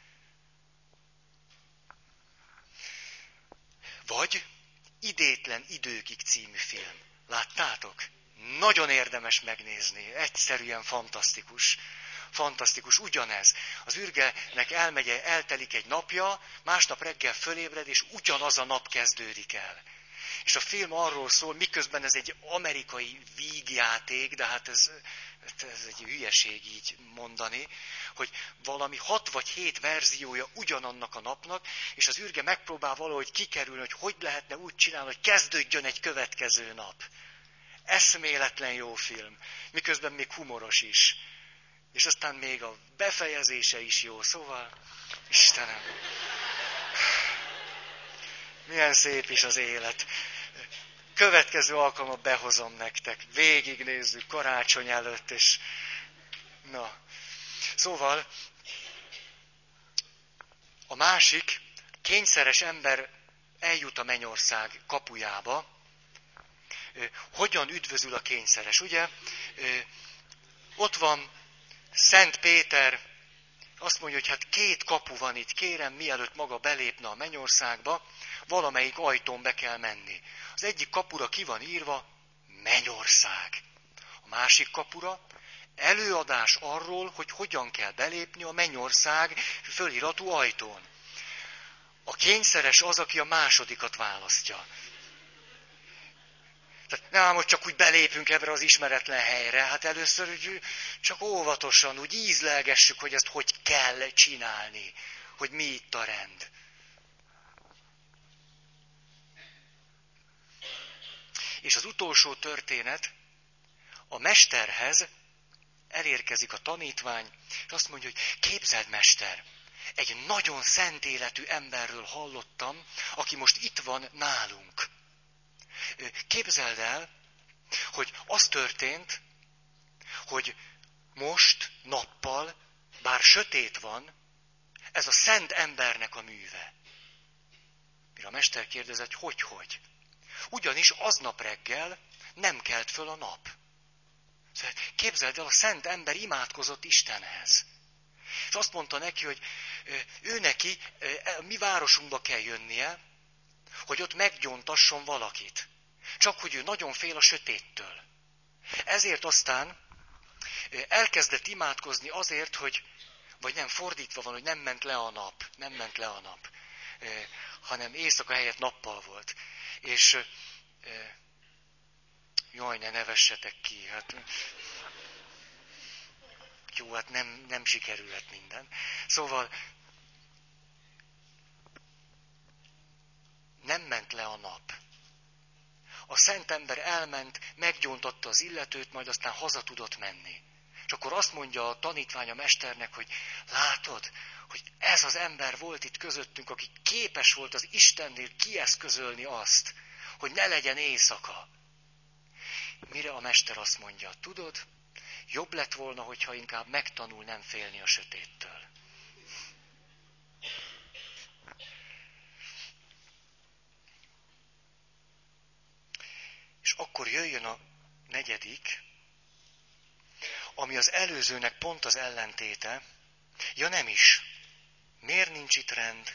Vagy Idétlen időkig című film. Láttátok? Nagyon érdemes megnézni, egyszerűen fantasztikus. Fantasztikus, ugyanez. Az ürgenek eltelik egy napja, másnap reggel fölébred, és ugyanaz a nap kezdődik el. És a film arról szól, miközben ez egy amerikai vígjáték, de hát ez egy hülyeség így mondani, hogy valami 6 vagy 7 verziója ugyanannak a napnak, és az űrge megpróbál valahogy kikerülni, hogy lehetne úgy csinálni, hogy kezdődjön egy következő nap. Eszméletlen jó film, miközben még humoros is. És aztán még a befejezése is jó, szóval, Istenem, milyen szép is az élet. Következő alkalommal behozom nektek, végignézzük karácsony előtt, és na. Szóval, a másik, kényszeres ember eljut a mennyország kapujába. Hogyan üdvözül a kényszeres, ugye? Ott van Szent Péter, azt mondja, hogy hát 2 kapu van itt, kérem, mielőtt maga belépne a mennyországba, valamelyik ajtón be kell menni. Az egyik kapura ki van írva, mennyország. A másik kapura, előadás arról, hogy hogyan kell belépni a mennyország föliratú ajtón. A kényszeres az, aki a másodikat választja. Tehát nem, hogy csak úgy belépünk ebbe az ismeretlen helyre, hát először úgy, csak óvatosan, úgy ízlelgessük, hogy ezt hogy kell csinálni, hogy mi itt a rend. És az utolsó történet, a mesterhez elérkezik a tanítvány, és azt mondja, hogy képzeld, mester, egy nagyon szent életű emberről hallottam, aki most itt van nálunk. Képzeld el, hogy az történt, hogy most, nappal, bár sötét van, ez a szent embernek a műve. Mire a mester kérdezett, hogy? Ugyanis aznap reggel nem kelt föl a nap. Szóval képzeld el, a szent ember imádkozott Istenhez. És azt mondta neki, hogy ő neki a mi városunkba kell jönnie, hogy ott meggyóntasson valakit. Csak hogy ő nagyon fél a sötéttől. Ezért aztán elkezdett imádkozni azért, hogy, vagy nem, fordítva van, hogy nem ment le a nap, hanem éjszaka helyett nappal volt. És jaj, ne nevessetek ki, hát jó, hát nem sikerülhet minden. Szóval nem ment le a nap. A szent ember elment, meggyóntatta az illetőt, majd aztán haza tudott menni. És akkor azt mondja a tanítvány a mesternek, hogy látod, hogy ez az ember volt itt közöttünk, aki képes volt az Istennél kieszközölni azt, hogy ne legyen éjszaka. Mire a mester azt mondja, tudod, jobb lett volna, hogyha inkább megtanul nem félni a sötéttől. És akkor jöjjön a 4., ami az előzőnek pont az ellentéte. Ja, nem is. Miért nincs itt rend?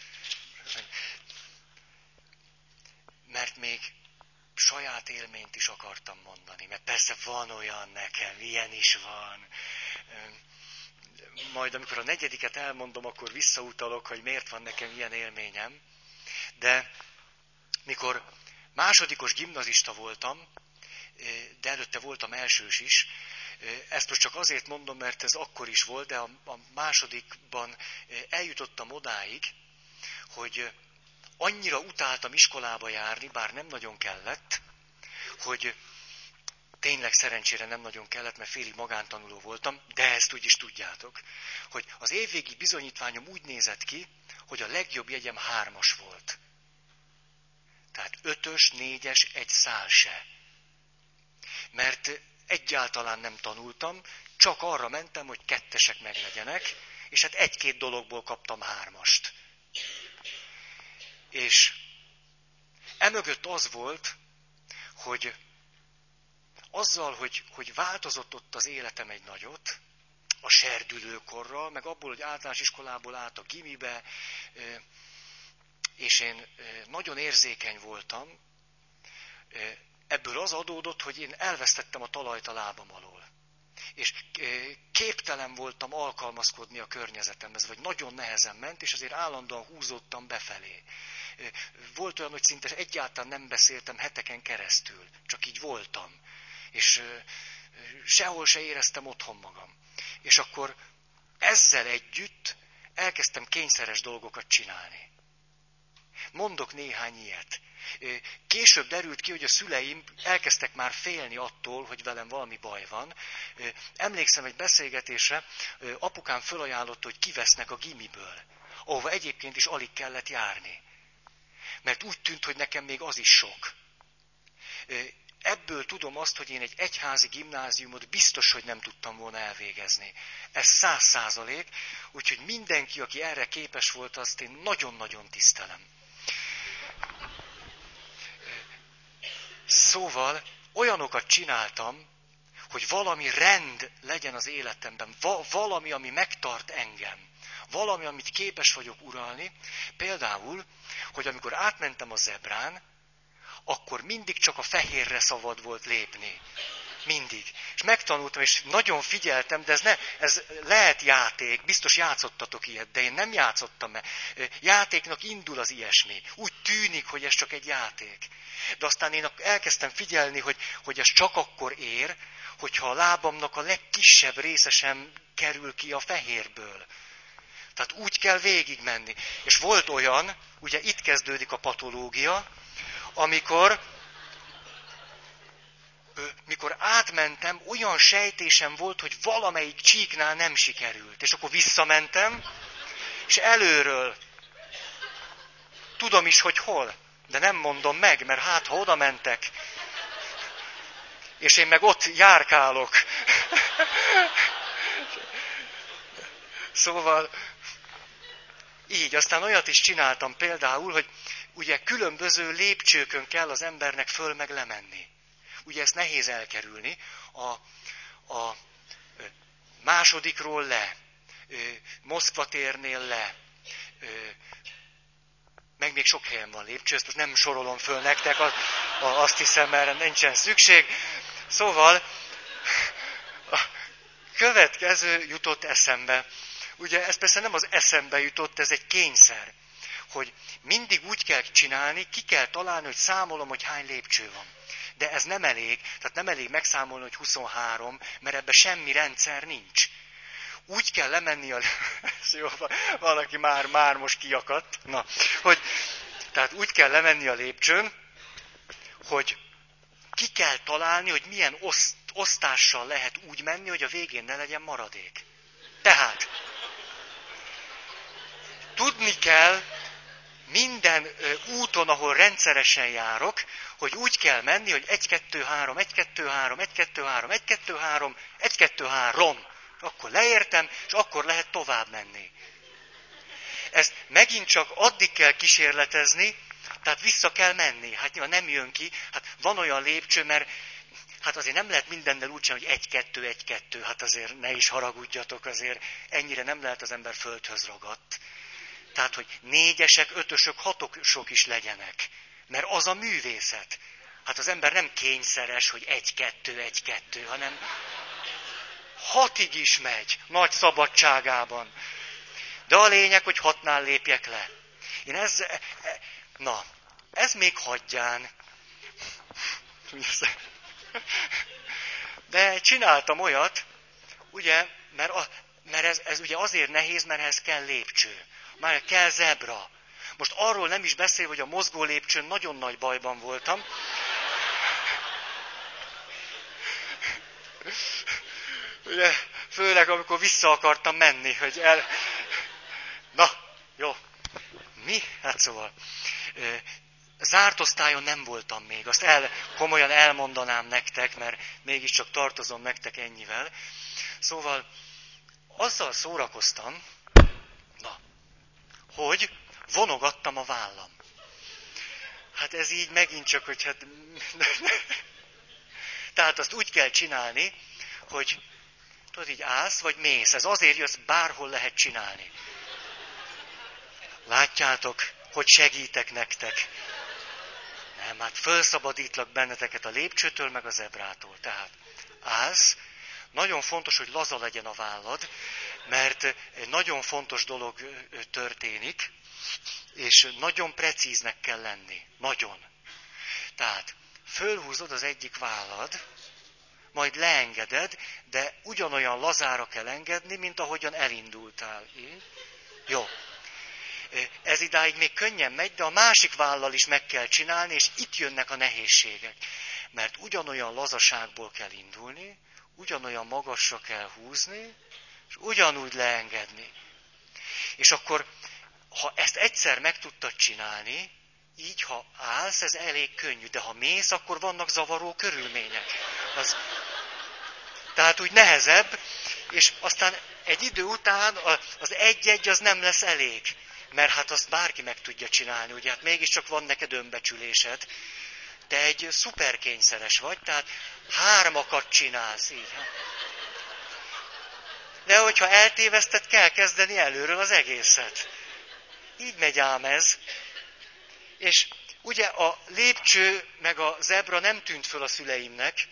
Mert még saját élményt is akartam mondani, mert persze van olyan nekem, ilyen is van. Majd amikor a 4. elmondom, akkor visszautalok, hogy miért van nekem ilyen élményem. De mikor másodikos gimnazista voltam, de előtte voltam elsős is, ezt most csak azért mondom, mert ez akkor is volt, de a másodikban eljutottam odáig, hogy annyira utáltam iskolába járni, bár nem nagyon kellett, hogy tényleg szerencsére nem nagyon kellett, mert félig magántanuló voltam, de ezt úgy is tudjátok, hogy az évvégi bizonyítványom úgy nézett ki, hogy a legjobb jegyem 3-as volt. Tehát 5-ös, 4-es, egy szál se. Mert egyáltalán nem tanultam, csak arra mentem, hogy 2-esek meglegyenek, és hát 1-2 dologból kaptam 3-ast. És emögött az volt, hogy azzal, hogy változott ott az életem egy nagyot, a serdülőkorral, meg abból, hogy általános iskolából át a gimibe, és én nagyon érzékeny voltam, ebből az adódott, hogy én elvesztettem a talajt a lábam alól. És képtelen voltam alkalmazkodni a környezetemhez, vagy nagyon nehezen ment, és azért állandóan húzódtam befelé. Volt olyan, hogy szinte egyáltalán nem beszéltem heteken keresztül, csak így voltam. És sehol se éreztem otthon magam. És akkor ezzel együtt elkezdtem kényszeres dolgokat csinálni. Mondok néhány ilyet. Később derült ki, hogy a szüleim elkezdtek már félni attól, hogy velem valami baj van. Emlékszem egy beszélgetésre, apukám fölajánlotta, hogy kivesznek a gimiből, ahova egyébként is alig kellett járni. Mert úgy tűnt, hogy nekem még az is sok. Ebből tudom azt, hogy én egy egyházi gimnáziumot biztos, hogy nem tudtam volna elvégezni. Ez 100%, úgyhogy mindenki, aki erre képes volt, azt én nagyon-nagyon tisztelem. Szóval olyanokat csináltam, hogy valami rend legyen az életemben, valami, ami megtart engem, valami, amit képes vagyok uralni. Például, hogy amikor átmentem a zebrán, akkor mindig csak a fehérre szabad volt lépni. Mindig. És megtanultam, és nagyon figyeltem, de ez lehet játék, biztos játszottatok ilyet, de én nem játszottam, mert játéknak indul az ilyesmi. Úgy tűnik, hogy ez csak egy játék. De aztán én elkezdtem figyelni, hogy ez csak akkor ér, hogyha a lábamnak a legkisebb része sem kerül ki a fehérből. Tehát úgy kell végigmenni. És volt olyan, ugye itt kezdődik a patológia, mikor átmentem, olyan sejtésem volt, hogy valamelyik csíknál nem sikerült. És akkor visszamentem, és előről. Tudom is, hogy hol, de nem mondom meg, mert hát, ha oda mentek, és én meg ott járkálok. Szóval így, aztán olyat is csináltam például, hogy ugye különböző lépcsőkön kell az embernek föl meg lemenni. Ugye ezt nehéz elkerülni. A másodikról le, Moszkva térnél le, meg még sok helyen van lépcső, ezt most nem sorolom föl nektek, azt hiszem, erre nincsen szükség. Szóval a következő jutott eszembe. Ugye ez persze nem az eszembe jutott, ez egy kényszer, hogy mindig úgy kell csinálni, ki kell találni, hogy számolom, hogy hány lépcső van. De ez nem elég, tehát nem elég megszámolni, hogy 23, mert ebben semmi rendszer nincs. Úgy kell lemenni jó, valaki már most kiakadt. Na, tehát úgy kell lemenni a lépcsőn, hogy ki kell találni, hogy milyen osztással lehet úgy menni, hogy a végén ne legyen maradék. Tehát tudni kell minden úton, ahol rendszeresen járok, hogy úgy kell menni, hogy 1, 2, 3, 1, 2, 3, 1, 2, 3, 1, 2, 3, 1, 2, 3. Akkor leértem, és akkor lehet tovább menni. Ezt megint csak addig kell kísérletezni, tehát vissza kell menni. Hát nyilván nem jön ki, hát van olyan lépcső, mert hát azért nem lehet mindennel úgy csinálni, hogy 1, 2, 1, 2, hát azért ne is haragudjatok, azért ennyire nem lehet az ember földhöz ragadt. Tehát, hogy 4-esek, 5-ösök, 6-osok is legyenek. Mert az a művészet. Hát az ember nem kényszeres, hogy 1, 2, 1, 2, hanem 6-ig is megy, nagy szabadságában. De a lényeg, hogy 6-nál lépjek le. Én ez még hagyján. De csináltam olyat, ugye, mert ez ugye azért nehéz, mert ehhez kell lépcső. Már kell zebra. Most arról nem is beszél, hogy a mozgó lépcsőn nagyon nagy bajban voltam. Ugye, főleg amikor vissza akartam menni, hogy Na, jó. Mi? Hát szóval. Zárt osztályon nem voltam még. Azt komolyan elmondanám nektek, mert mégiscsak tartozom nektek ennyivel. Szóval azzal szórakoztam, hogy vonogattam a vállam. Hát ez így megint csak, hogy hát... Tehát azt úgy kell csinálni, hogy tudod, így állsz, vagy mész. Ez azért jössz, bárhol lehet csinálni. Látjátok, hogy segítek nektek. Nem, hát felszabadítlak benneteket a lépcsőtől, meg a zebrától. Tehát állsz, nagyon fontos, hogy laza legyen a vállad, mert egy nagyon fontos dolog történik, és nagyon precíznek kell lenni. Nagyon. Tehát fölhúzod az egyik vállad, majd leengeded, de ugyanolyan lazára kell engedni, mint ahogyan elindultál. Jó. Ez idáig még könnyen megy, de a másik vállal is meg kell csinálni, és itt jönnek a nehézségek. Mert ugyanolyan lazaságból kell indulni, ugyanolyan magasra kell húzni, és ugyanúgy leengedni. És akkor, ha ezt egyszer meg tudtad csinálni, így, ha állsz, ez elég könnyű, de ha mész, akkor vannak zavaró körülmények. Tehát úgy nehezebb, és aztán egy idő után az egy-egy az nem lesz elég. Mert hát azt bárki meg tudja csinálni, ugye, hát mégiscsak van neked önbecsülésed. Te egy szuperkényszeres vagy, tehát 3 csinálsz így. De hogyha eltéveszted, kell kezdeni előről az egészet. Így megy ám ez. És ugye a lépcső meg a zebra nem tűnt föl a szüleimnek.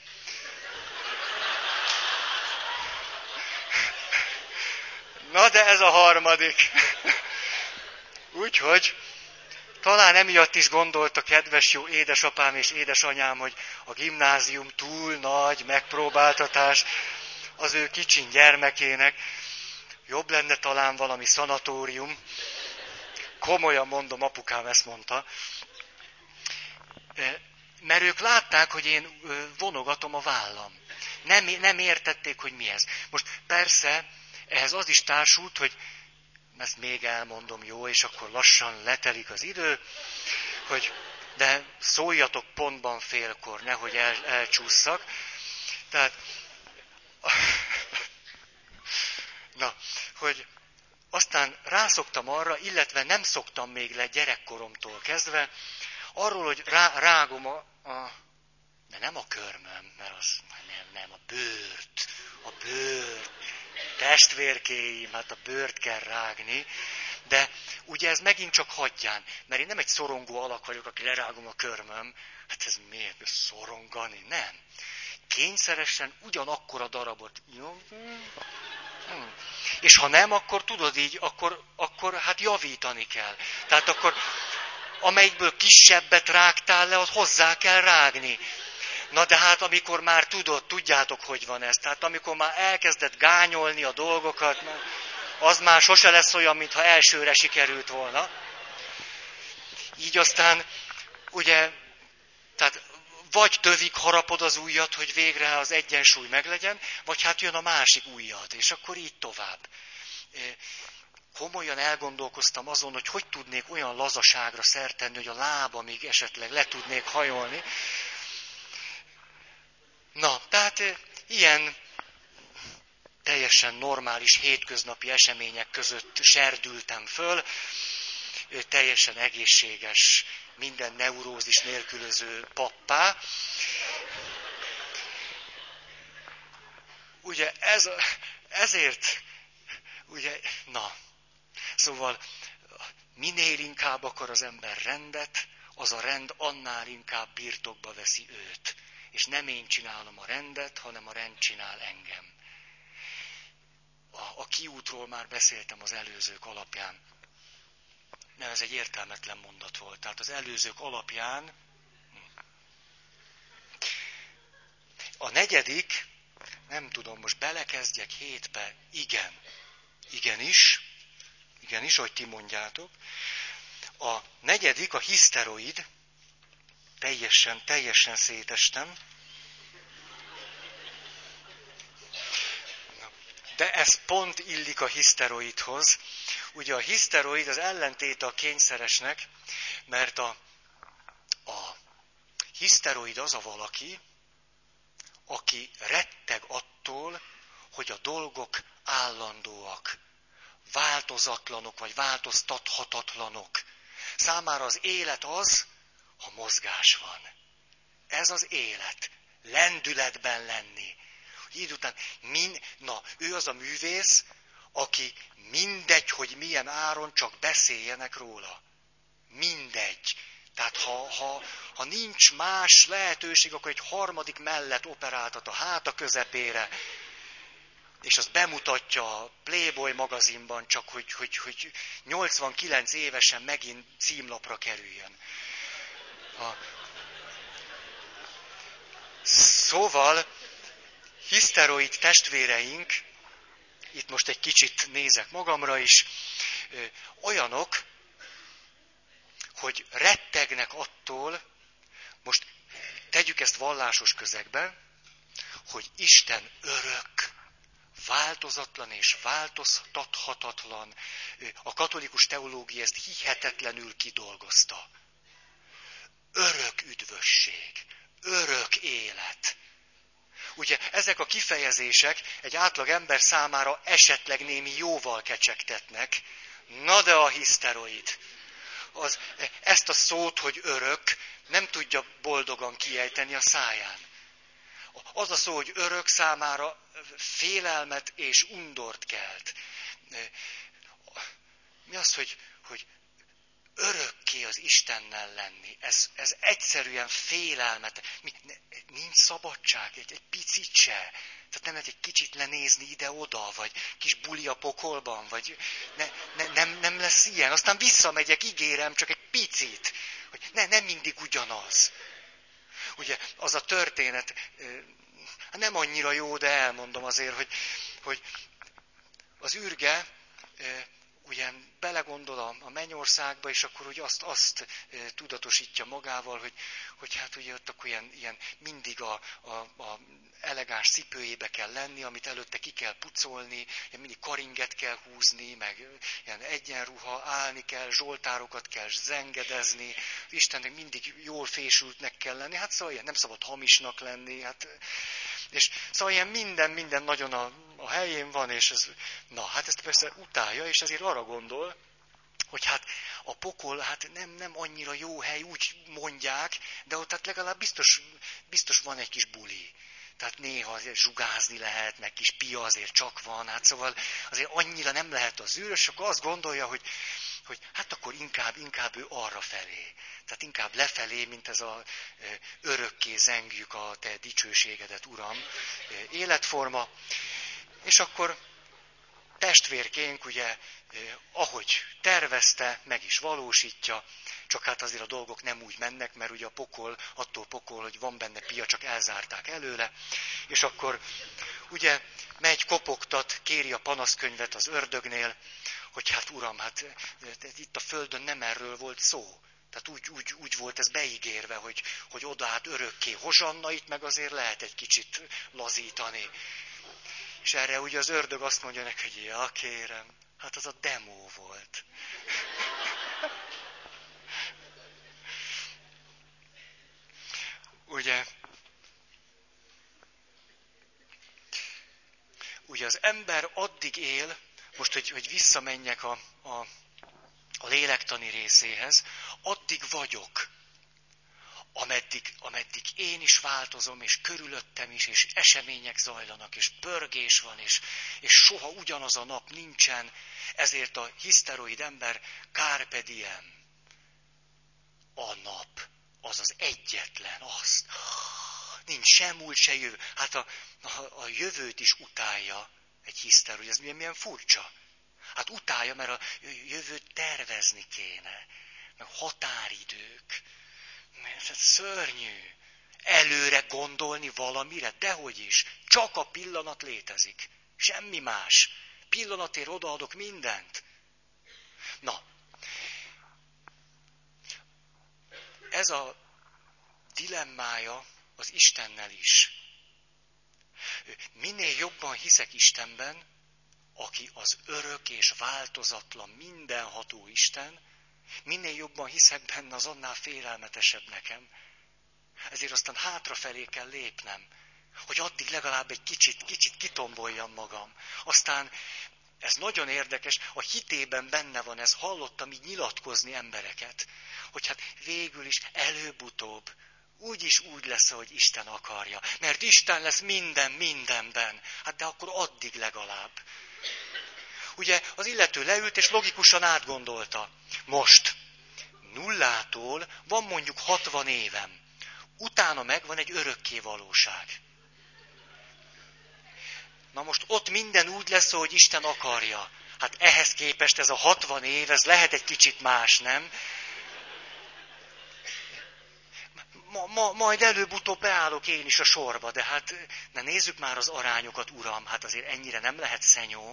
Na de ez a harmadik. Úgyhogy talán emiatt is gondolta kedves jó édesapám és édesanyám, hogy a gimnázium túl nagy megpróbáltatás az ő kicsin gyermekének. Jobb lenne talán valami szanatórium. Komolyan mondom, apukám ezt mondta. Mert ők látták, hogy én vonogatom a vállam. Nem értették, hogy mi ez. Most persze ehhez az is társult, hogy ezt még elmondom, jó, és akkor lassan letelik az idő, hogy de szóljatok pontban félkor, nehogy elcsússzak. Tehát, na, hogy aztán rászoktam arra, illetve nem szoktam még le gyerekkoromtól kezdve, arról, hogy rágom de nem a körmöm, mert az nem, a bőrt, testvérkéim, hát a bőrt kell rágni, de ugye ez megint csak hagyján, mert én nem egy szorongó alak vagyok, aki lerágom a körmöm, hát ez miért szorongani? Nem. Kényszeresen ugyanakkor a darabot. És ha nem, akkor tudod így, akkor hát javítani kell. Tehát akkor amelyikből kisebbet rágtál le, ott hozzá kell rágni. Na de hát amikor már tudjátok, hogy van ez. Tehát amikor már elkezdett gányolni a dolgokat, az már sose lesz olyan, mintha elsőre sikerült volna. Így aztán, ugye, tehát vagy tövig harapod az ujjat, hogy végre az egyensúly meglegyen, vagy hát jön a másik ujjad, és akkor így tovább. Komolyan elgondolkoztam azon, hogy tudnék olyan lazaságra szert tenni, hogy a lábamig esetleg le tudnék hajolni. Na, tehát ilyen teljesen normális hétköznapi események között serdültem föl, teljesen egészséges, minden neurózis nélkülöző pappá. Ugye ezért, ugye, na, szóval minél inkább akar az ember rendet, az a rend annál inkább birtokba veszi őt. És nem én csinálom a rendet, hanem a rend csinál engem. A kiútról már beszéltem az előzők alapján. Nem, ez egy értelmetlen mondat volt. Tehát az előzők alapján a negyedik, nem tudom, most belekezdjek 7-be, igenis, ahogy ti mondjátok. A negyedik, a hiszteroid, teljesen szétestem. De ez pont illik a hiszteroidhoz. Ugye a hiszteroid az ellentéte a kényszeresnek, mert a hiszteroid az a valaki, aki retteg attól, hogy a dolgok állandóak, változatlanok vagy változtathatatlanok. Számára az élet az, ha mozgás van. Ez az élet. Lendületben lenni. Így után, ő az a művész, aki mindegy, hogy milyen áron, csak beszéljenek róla. Mindegy. Tehát ha nincs más lehetőség, akkor egy harmadik mellett operáltat a háta közepére. és azt bemutatja a Playboy magazinban, csak hogy 89 évesen megint címlapra kerüljön. Szóval, hiszteroid testvéreink, itt most egy kicsit nézek magamra is, olyanok, hogy rettegnek attól, most tegyük ezt vallásos közegbe, hogy Isten örök, változatlan és változtathatatlan. A katolikus teológia ezt hihetetlenül kidolgozta. Örök üdvösség, örök élet. Ugye ezek a kifejezések egy átlag ember számára esetleg némi jóval kecsegtetnek. Na de a hiszteroid. Ezt a szót, hogy örök, nem tudja boldogan kiejteni a száján. Az a szó, hogy örök, számára félelmet és undort kelt. Mi az, hogy örökké az Istennel lenni? Ez egyszerűen félelmet. Nincs szabadság, egy picit se. Tehát nem lehet egy kicsit lenézni ide-oda, vagy kis buli a pokolban, vagy nem lesz ilyen. Aztán visszamegyek, ígérem, csak egy picit. Hogy nem mindig ugyanaz. Ugye az a történet, nem annyira jó, de elmondom azért, hogy az űrge ugye belegondol a mennyországba, és akkor úgy azt tudatosítja magával, hogy hát ugye ott akkor ilyen mindig a elegáns cipőjébe kell lenni, amit előtte ki kell pucolni, mindig karinget kell húzni, meg ilyen egyenruha, állni kell, zsoltárokat kell zengedezni, Istennek mindig jól fésültnek kell lenni, hát szóval ilyen nem szabad hamisnak lenni, hát... És szóval ilyen minden nagyon a helyén van, és hát ezt persze utálja, és ezért arra gondol, hogy hát a pokol hát nem annyira jó hely, úgy mondják, de ott hát legalább biztos van egy kis buli. Tehát néha azért zsugázni lehet, meg kis pia azért csak van, hát szóval azért annyira nem lehet az űrös, akkor azt gondolja, hogy hát akkor inkább ő arra felé. Tehát inkább lefelé, mint ez a örökké zengjük a te dicsőségedet, Uram, életforma. És akkor testvérkénk, ugye, ahogy tervezte, meg is valósítja, csak hát azért a dolgok nem úgy mennek, mert ugye a pokol, attól pokol, hogy van benne pia, csak elzárták előle, és akkor ugye megy, kopogtat, kéri a panaszkönyvet az ördögnél, hogy hát Uram, hát itt a földön nem erről volt szó. Tehát úgy volt ez beígérve, hogy oda át örökké hozsanna, itt meg azért lehet egy kicsit lazítani. És erre ugye az ördög azt mondja neki, hogy ja, kérem, hát az a demo volt. Ugye az ember addig él, most, hogy visszamenjek a lélektani részéhez, addig vagyok, ameddig én is változom, és körülöttem is, és események zajlanak, és pörgés van, és soha ugyanaz a nap nincsen, ezért a hiszteroid ember carpe diem. A nap, az az egyetlen, az. Nincs sem múlt, se jövő. Hát a jövőt is utálja egy hiszteroid, ez milyen furcsa. Hát utálja, mert a jövőt tervezni kéne, meg határidők. Ez szörnyű. Előre gondolni valamire, dehogy is. Csak a pillanat létezik. Semmi más. Pillanatért odaadok mindent. Na, ez a dilemmája az Istennel is. Minél jobban hiszek Istenben, aki az örök és változatlan, mindenható Isten, minél jobban hiszek benne, az annál félelmetesebb nekem. Ezért aztán hátrafelé kell lépnem, hogy addig legalább egy kicsit kitomboljam magam. Aztán, ez nagyon érdekes, a hitében benne van ez, hallottam így nyilatkozni embereket, hogy hát végül is előbb-utóbb úgyis úgy lesz, hogy Isten akarja. Mert Isten lesz mindenben. Hát de akkor addig legalább. Ugye az illető leült és logikusan átgondolta. Most, nullától van mondjuk 60 évem. Utána meg van egy örökké valóság. Na most ott minden úgy lesz, ahogy Isten akarja. Hát ehhez képest ez a 60 év, ez lehet egy kicsit más, nem? Majd előbb-utóbb beállok én is a sorba, de hát ne nézzük már az arányokat, uram, hát azért ennyire nem lehet szenyó.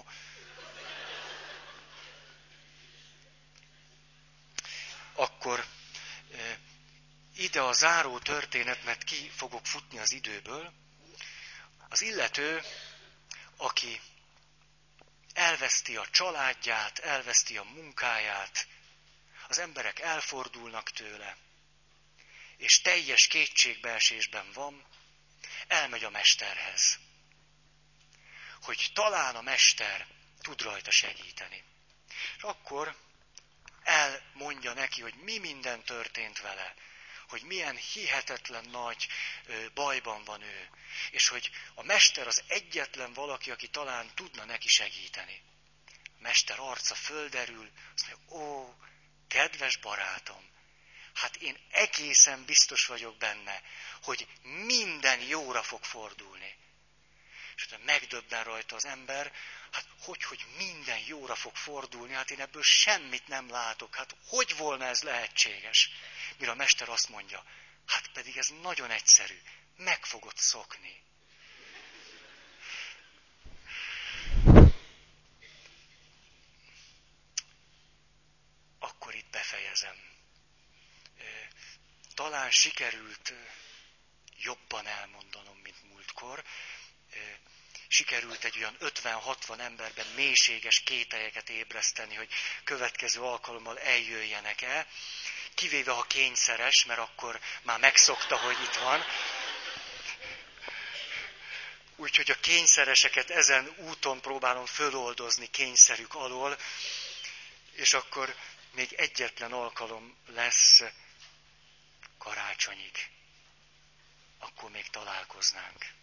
Akkor ide a záró történet, mert ki fogok futni az időből. Az illető, aki elveszti a családját, elveszti a munkáját, az emberek elfordulnak tőle, és teljes kétségbeesésben van, elmegy a mesterhez, hogy talán a mester tud rajta segíteni. És akkor elmondja neki, hogy mi minden történt vele, hogy milyen hihetetlen nagy bajban van ő, és hogy a mester az egyetlen valaki, aki talán tudna neki segíteni. A mester arca földerül, azt mondja, ó, kedves barátom, hát én egészen biztos vagyok benne, hogy minden jóra fog fordulni. És utána megdöbben rajta az ember, hát hogy minden jóra fog fordulni, hát én ebből semmit nem látok, hát hogy volna ez lehetséges? Mire a mester azt mondja, hát pedig ez nagyon egyszerű, meg fogod szokni. Akkor itt befejezem. Talán sikerült jobban elmondanom, mint múltkor. Sikerült egy olyan 50-60 emberben mélységes kételyeket ébreszteni, hogy következő alkalommal eljöjjenek el, kivéve ha kényszeres, mert akkor már megszokta, hogy itt van. Úgyhogy a kényszereseket ezen úton próbálom föloldozni kényszerük alól, és akkor még egyetlen alkalom lesz karácsonyig. Akkor még találkoznánk.